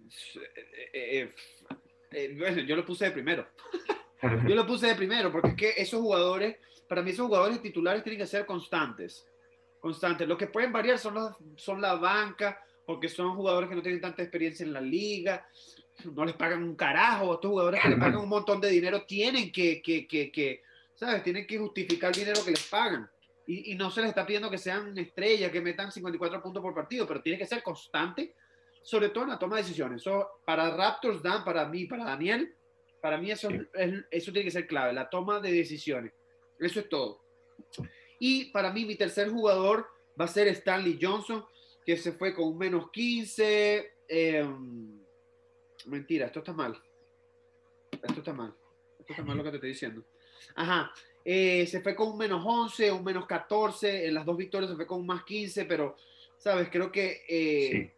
[SPEAKER 1] Bueno, yo lo puse de primero. Yo lo puse de primero porque es que esos jugadores, para mí esos jugadores titulares tienen que ser constantes. Constantes. Lo que pueden variar son la banca, porque son jugadores que no tienen tanta experiencia en la liga, no les pagan un carajo. Estos jugadores que les pagan un montón de dinero tienen ¿sabes? Tienen que justificar el dinero que les pagan. Y no se les está pidiendo que sean estrellas, que metan 54 puntos por partido, pero tiene que ser constante, sobre todo en la toma de decisiones. Eso, para Raptors, Dan, para mí, para Daniel, para mí eso,
[SPEAKER 2] sí.
[SPEAKER 1] eso tiene que ser clave, la toma de decisiones. Eso es todo. Y para mí, mi tercer jugador va a ser Stanley Johnson, que se fue con un -15. Mentira, esto está mal. Esto está mal. Esto está mal lo que te estoy diciendo. Ajá. Se fue con un -11, un -14. En las dos victorias se fue con un +15, pero, ¿sabes? Creo que
[SPEAKER 2] Sí.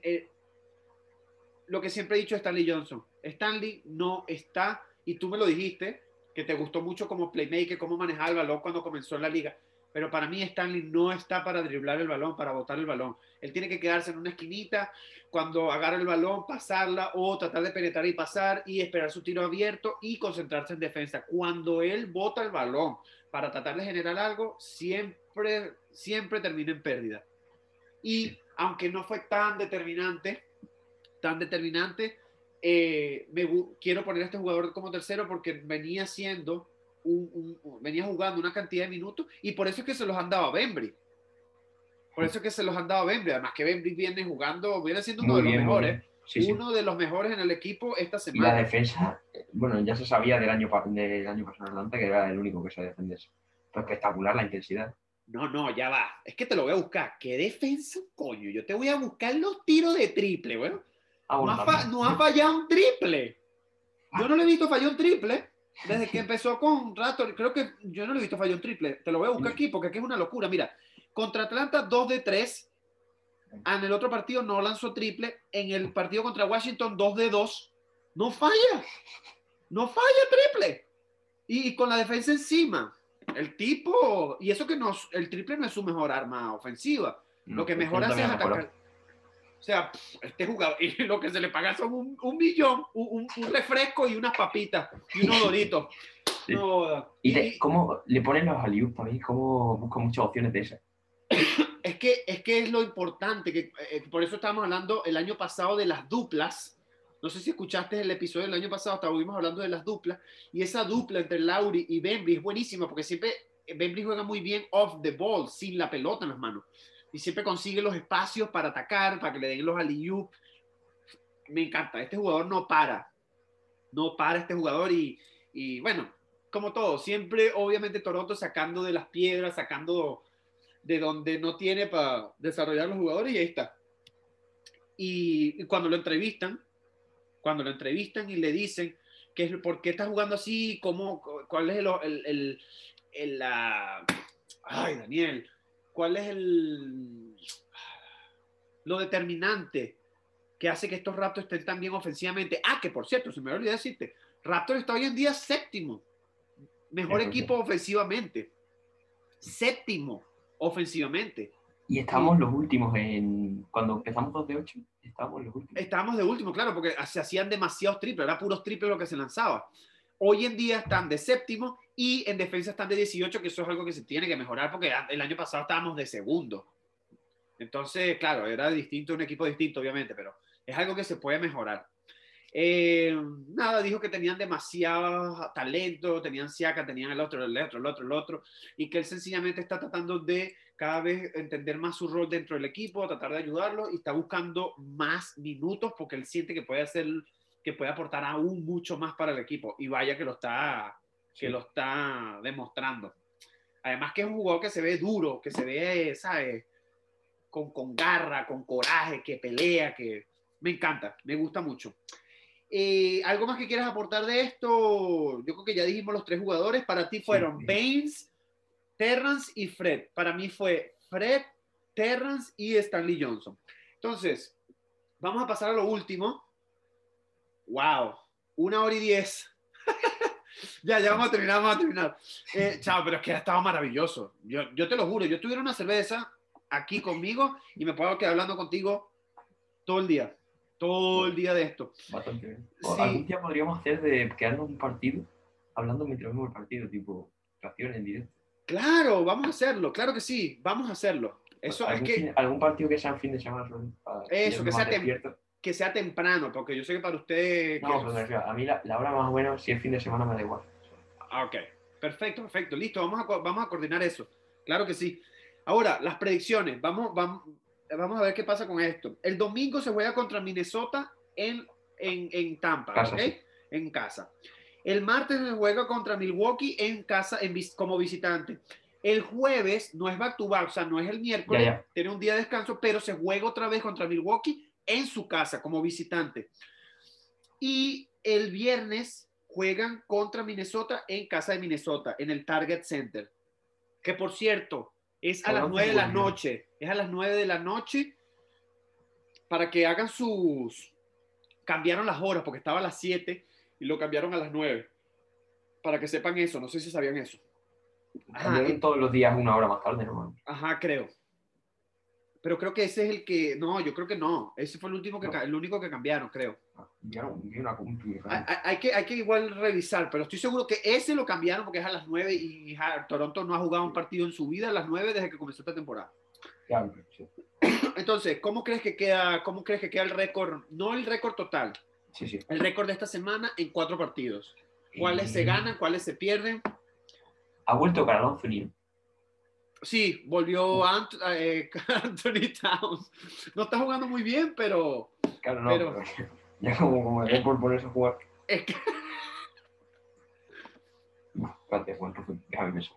[SPEAKER 1] lo que siempre he dicho de Stanley Johnson. Stanley no está, y tú me lo dijiste, que te gustó mucho como playmaker, cómo manejaba el balón cuando comenzó en la liga. Pero para mí Stanley no está para driblar el balón, para botar el balón. Él tiene que quedarse en una esquinita cuando agarra el balón, pasarla o tratar de penetrar y pasar y esperar su tiro abierto y concentrarse en defensa. Cuando él bota el balón para tratar de generar algo, siempre termina en pérdida. Y aunque no fue tan determinante, quiero poner a este jugador como tercero porque venía siendo venía jugando una cantidad de minutos y por eso es que se los han dado a Bembry. Por eso es que se los han dado a Bembry. Además que Bembry viene siendo uno de los
[SPEAKER 2] Muy
[SPEAKER 1] mejores.
[SPEAKER 2] bien. Sí, sí.
[SPEAKER 1] Uno de los mejores en el equipo esta
[SPEAKER 2] Y la
[SPEAKER 1] semana.
[SPEAKER 2] defensa, bueno, ya se sabía del año pasado en Atlanta que era el único que se defendía. Fue espectacular la intensidad.
[SPEAKER 1] No, ya va. Es que te lo voy a buscar. ¿Qué defensa, coño? Yo te voy a buscar los tiros de triple, bueno.
[SPEAKER 2] Bueno, también.
[SPEAKER 1] No ha fallado un triple. Yo no le he visto fallar un triple desde que empezó con Raptor. Creo que yo no le he visto fallar un triple. Te lo voy a buscar aquí porque aquí es una locura. Mira, contra Atlanta 2 de 3. En el otro partido no lanzó triple. En el partido contra Washington 2 de 2. No falla. No falla triple. Y con la defensa encima. El tipo, y eso que el triple no es su mejor arma ofensiva.
[SPEAKER 2] No,
[SPEAKER 1] Lo que mejor hace es atacar. O sea, este jugador, y lo que se le paga son un millón, un refresco y unas papitas y unos doritos.
[SPEAKER 2] Sí.
[SPEAKER 1] No,
[SPEAKER 2] ¿Cómo le ponen los aliús para mí? ¿Cómo buscan muchas opciones de esas?
[SPEAKER 1] es que es lo importante, que por eso estábamos hablando el año pasado de las duplas. No sé si escuchaste el episodio del año pasado, estuvimos hablando de las duplas, y esa dupla entre Lauri y Bembry es buenísima, porque siempre Bembry juega muy bien off the ball, sin la pelota en las manos, y siempre consigue los espacios para atacar, para que le den los alley-oop. Me encanta, este jugador no para este jugador, y bueno, como todo, siempre obviamente Toronto sacando de las piedras, sacando de donde no tiene para desarrollar los jugadores, y ahí está. Y cuando lo entrevistan y le dicen por qué está jugando así, cuál es ay, Daniel, cuál es lo determinante que hace que estos Raptors estén tan bien ofensivamente. Que por cierto, se me olvidó decirte, Raptors está hoy en día séptimo, mejor equipo ofensivamente, séptimo ofensivamente.
[SPEAKER 2] Y estábamos los últimos cuando empezamos 2 de 8, estábamos los últimos.
[SPEAKER 1] Estábamos de último, claro, porque se hacían demasiados triples, era puros triples lo que se lanzaba. Hoy en día están de séptimo y en defensa están de 18, que eso es algo que se tiene que mejorar porque el año pasado estábamos de segundo. Entonces, claro, era distinto, un equipo distinto, obviamente, pero es algo que se puede mejorar. Nada, dijo que tenían demasiado talento, tenían Siaka, tenían el otro, el otro, y que él sencillamente está tratando de cada vez entender más su rol dentro del equipo, tratar de ayudarlo y está buscando más minutos porque él siente que puede hacer, que puede aportar aún mucho más para el equipo y vaya que lo está demostrando. Además que es un jugador que se ve duro, que se ve, ¿sabes? Con garra, con coraje, que pelea, que me encanta, me gusta mucho. ¿Algo más que quieras aportar de esto? Yo creo que ya dijimos los tres jugadores. Para ti fueron Baines, Terrence y Fred. Para mí fue Fred, Terrence y Stanley Johnson. Entonces, vamos a pasar a lo último. ¡Wow! 1 hora y 10. Ya vamos a terminar. Chao, pero es que ha estado maravilloso. Yo te lo juro, yo tuviera una cerveza aquí conmigo y me puedo quedar hablando contigo todo el día. Todo el día de esto.
[SPEAKER 2] Bastante bien.
[SPEAKER 1] Sí.
[SPEAKER 2] Algún día podríamos hacer de quedarnos un partido hablando mientras vemos el partido, tipo reacciones en directo.
[SPEAKER 1] Claro, vamos a hacerlo, claro que sí, vamos a hacerlo. Eso es que...
[SPEAKER 2] algún partido que sea en fin de semana.
[SPEAKER 1] Eso, que sea temprano, porque yo sé que para usted...
[SPEAKER 2] No, pero me refiero, a mí la hora más o menos, si es fin de semana, me da igual.
[SPEAKER 1] Ok, perfecto, listo, vamos a coordinar eso. Claro que sí. Ahora, las predicciones, vamos a ver qué pasa con esto. El domingo se juega contra Minnesota en Tampa,
[SPEAKER 2] Casa,
[SPEAKER 1] ¿ok?
[SPEAKER 2] sí.
[SPEAKER 1] En casa. El martes se juega contra Milwaukee en casa como visitante. El jueves no es back-to-back, o sea, no es el miércoles,
[SPEAKER 2] Ya.
[SPEAKER 1] tiene un día de descanso, pero se juega otra vez contra Milwaukee en su casa como visitante. Y el viernes juegan contra Minnesota en casa de Minnesota, en el Target Center. Que por cierto, es a las 9 de la noche. Es a las 9 de la noche para que hagan sus... Cambiaron las horas porque estaba a las 7 y lo cambiaron a las 9. Para que sepan eso, no sé si sabían eso.
[SPEAKER 2] Cambiaron todos los días 1 hora más tarde, ¿no?
[SPEAKER 1] Ajá, creo. Pero creo que ese es el que... No, yo creo que no. Ese fue el único que cambiaron, creo. Hay que igual revisar, pero estoy seguro que ese lo cambiaron porque es a las 9 y Toronto no ha jugado un partido en su vida a las 9 desde que comenzó esta temporada.
[SPEAKER 2] Claro, sí.
[SPEAKER 1] Entonces, ¿cómo crees que queda el récord? No el récord total.
[SPEAKER 2] Sí.
[SPEAKER 1] El récord de esta semana en 4 partidos. ¿Cuáles se ganan? ¿Cuáles se pierden?
[SPEAKER 2] Ha vuelto Karl Anthony.
[SPEAKER 1] Sí, volvió Anthony Towns. No está jugando muy bien, pero...
[SPEAKER 2] Claro, no, pero ya como es por ponerse a jugar.
[SPEAKER 1] Es que...
[SPEAKER 2] Espérate, déjame pensar.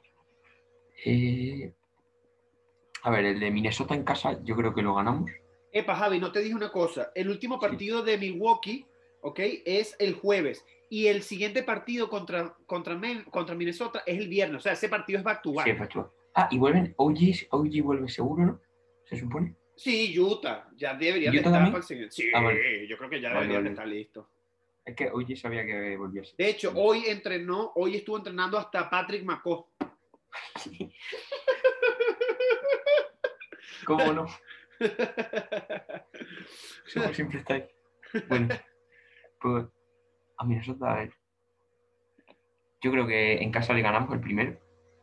[SPEAKER 2] A ver, el de Minnesota en casa yo creo que lo ganamos.
[SPEAKER 1] Epa, Javi, no te dije una cosa. El último partido de Milwaukee, ¿ok? Es el jueves. Y el siguiente partido contra Minnesota es el viernes. O sea, ese partido es back-to-back.
[SPEAKER 2] Sí, es back-to-back. Y vuelven. OG vuelve seguro, ¿no? ¿Se supone?
[SPEAKER 1] Sí, Utah. Ya debería de estar para el siguiente. Sí, vale. Yo creo que ya debería de estar listo.
[SPEAKER 2] Es que OG sabía que volviese.
[SPEAKER 1] De hecho, hoy estuvo entrenando hasta Patrick McCaw.
[SPEAKER 2] ¿Cómo no? Como siempre está ahí. Bueno, pues a Minnesota, a ver. Yo creo que en casa le ganamos el primero.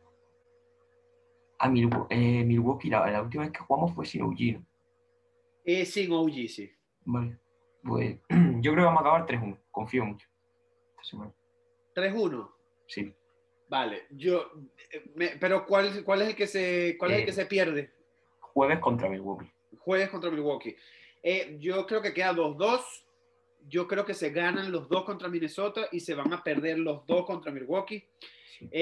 [SPEAKER 2] A Milwaukee, la última vez que jugamos fue sin OG, ¿no?
[SPEAKER 1] Sin OG, sí.
[SPEAKER 2] Vale. Pues yo creo que vamos a acabar 3-1. Confío mucho esta semana.
[SPEAKER 1] 3-1.
[SPEAKER 2] Sí.
[SPEAKER 1] Vale. Pero ¿cuál es el que se pierde?
[SPEAKER 2] Jueves contra Milwaukee.
[SPEAKER 1] Jueves contra Milwaukee. Yo creo que queda 2-2. Yo creo que se ganan los 2 contra Minnesota y se van a perder los 2 contra Milwaukee. Sí.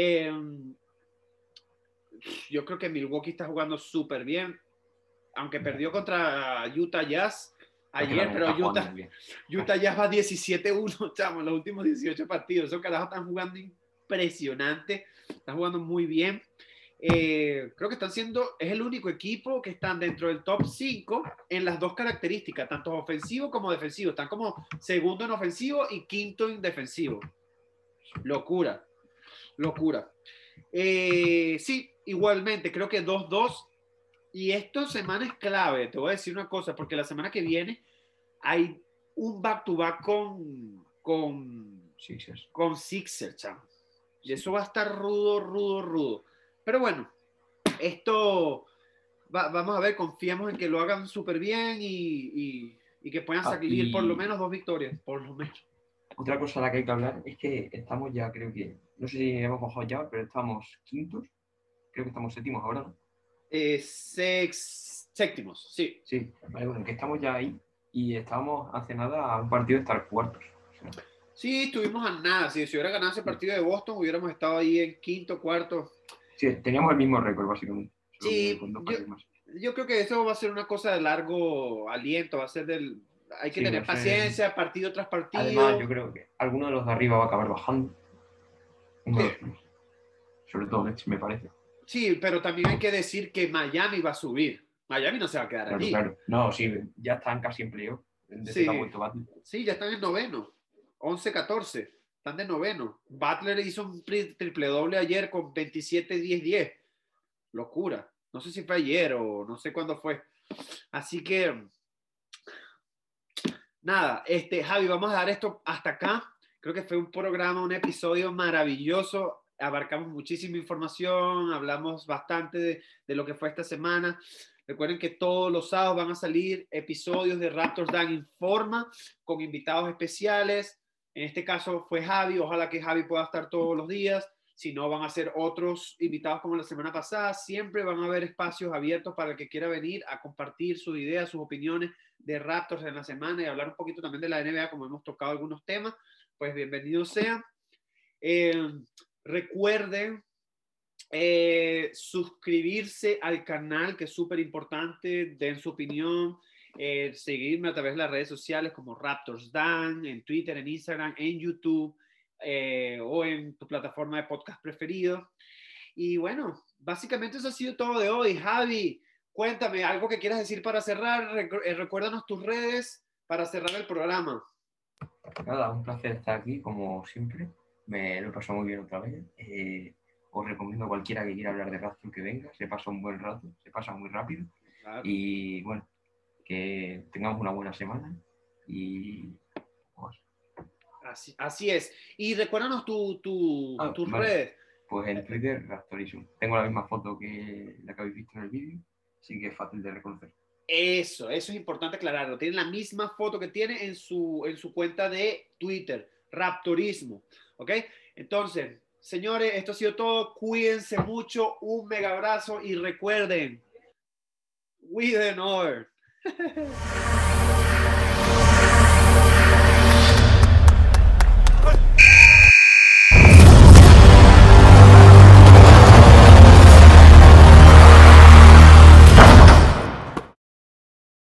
[SPEAKER 1] Yo creo que Milwaukee está jugando súper bien. Aunque perdió contra Utah Jazz ayer, pero Utah Jazz va 17-1, chamo, en los últimos 18 partidos. Esos carajos están jugando impresionante. Están jugando muy bien. Creo que es el único equipo que están dentro del top 5 en las 2 características, tanto ofensivo como defensivo. Están como segundo en ofensivo y quinto en defensivo. Locura. Sí, igualmente, creo que 2-2. Y esta semana es clave, te voy a decir una cosa, porque la semana que viene hay un back-to-back con Sixers, chamo. Y eso va a estar rudo. Pero bueno, esto vamos a ver, confiamos en que lo hagan súper bien y y que puedan salir por lo menos 2 victorias, por lo menos.
[SPEAKER 2] Otra cosa de la que hay que hablar es que estamos ya, creo que, no sé si hemos bajado ya, pero estamos quintos, creo que estamos séptimos ahora, ¿no?
[SPEAKER 1] Séptimos, sí.
[SPEAKER 2] Sí, vale, bueno, que estamos ya ahí y estábamos hace nada a un partido de estar cuartos. O sea,
[SPEAKER 1] Sí, estuvimos a nada. Si hubiera ganado ese partido de Boston, hubiéramos estado ahí en quinto, cuarto.
[SPEAKER 2] sí, teníamos el mismo récord, básicamente. Solo que con
[SPEAKER 1] Sí,
[SPEAKER 2] 2 partidos más.
[SPEAKER 1] yo creo que eso va a ser una cosa de largo aliento, va a ser hay que
[SPEAKER 2] Sí,
[SPEAKER 1] tener
[SPEAKER 2] va a ser-
[SPEAKER 1] paciencia, partido tras
[SPEAKER 2] Además, yo
[SPEAKER 1] partido.
[SPEAKER 2] creo que alguno de los de arriba va a acabar bajando. Uno de
[SPEAKER 1] Sí,
[SPEAKER 2] los sobre todo Nets, me parece.
[SPEAKER 1] sí, pero también hay que decir que Miami va a subir. Miami no se va a quedar
[SPEAKER 2] Claro,
[SPEAKER 1] allí.
[SPEAKER 2] claro. No, sí, ya están casi en playoff desde que ha
[SPEAKER 1] Sí,
[SPEAKER 2] vuelto Butler.
[SPEAKER 1] sí, ya están en noveno, 11-14, están de noveno. Butler hizo un triple doble ayer con 27-10-10. Locura. No sé si fue ayer o no sé cuándo fue. Así que, nada, Javi, vamos a dar esto hasta acá. Creo que fue un programa, un episodio maravilloso. Abarcamos muchísima información, hablamos bastante de lo que fue esta semana. Recuerden que todos los sábados van a salir episodios de Raptors Dan Informa con invitados especiales. En este caso fue Javi. Ojalá que Javi pueda estar todos los días. Si no, van a ser otros invitados como la semana pasada. Siempre van a haber espacios abiertos para el que quiera venir a compartir sus ideas, sus opiniones de Raptors en la semana y hablar un poquito también de la NBA, como hemos tocado algunos temas. Pues bienvenido sea. Recuerden suscribirse al canal, que es súper importante, den su opinión, seguirme a través de las redes sociales como Raptors Dan, en Twitter, en Instagram, en YouTube o en tu plataforma de podcast preferido. Y bueno, básicamente eso ha sido todo de hoy. Javi, cuéntame algo que quieras decir para cerrar. Recuérdanos tus redes para cerrar el programa.
[SPEAKER 2] Nada, un placer estar aquí, como siempre. Me lo he pasado muy bien otra vez. Os recomiendo a cualquiera que quiera hablar de Raptors que venga. Se pasa un buen rato, se pasa muy rápido.
[SPEAKER 1] Claro.
[SPEAKER 2] Y bueno, que tengamos una buena semana. Y pues,
[SPEAKER 1] Así es. Y recuérdanos tus
[SPEAKER 2] vale.
[SPEAKER 1] redes.
[SPEAKER 2] Pues en Twitter, Raptorism. Tengo la misma foto que la que habéis visto en el vídeo, así que es fácil de reconocer.
[SPEAKER 1] Eso es importante aclararlo. Tiene la misma foto que tiene en su cuenta de Twitter, Raptorismo. ¿Ok? Entonces, señores, esto ha sido todo. Cuídense mucho. Un mega abrazo y recuerden, we the North.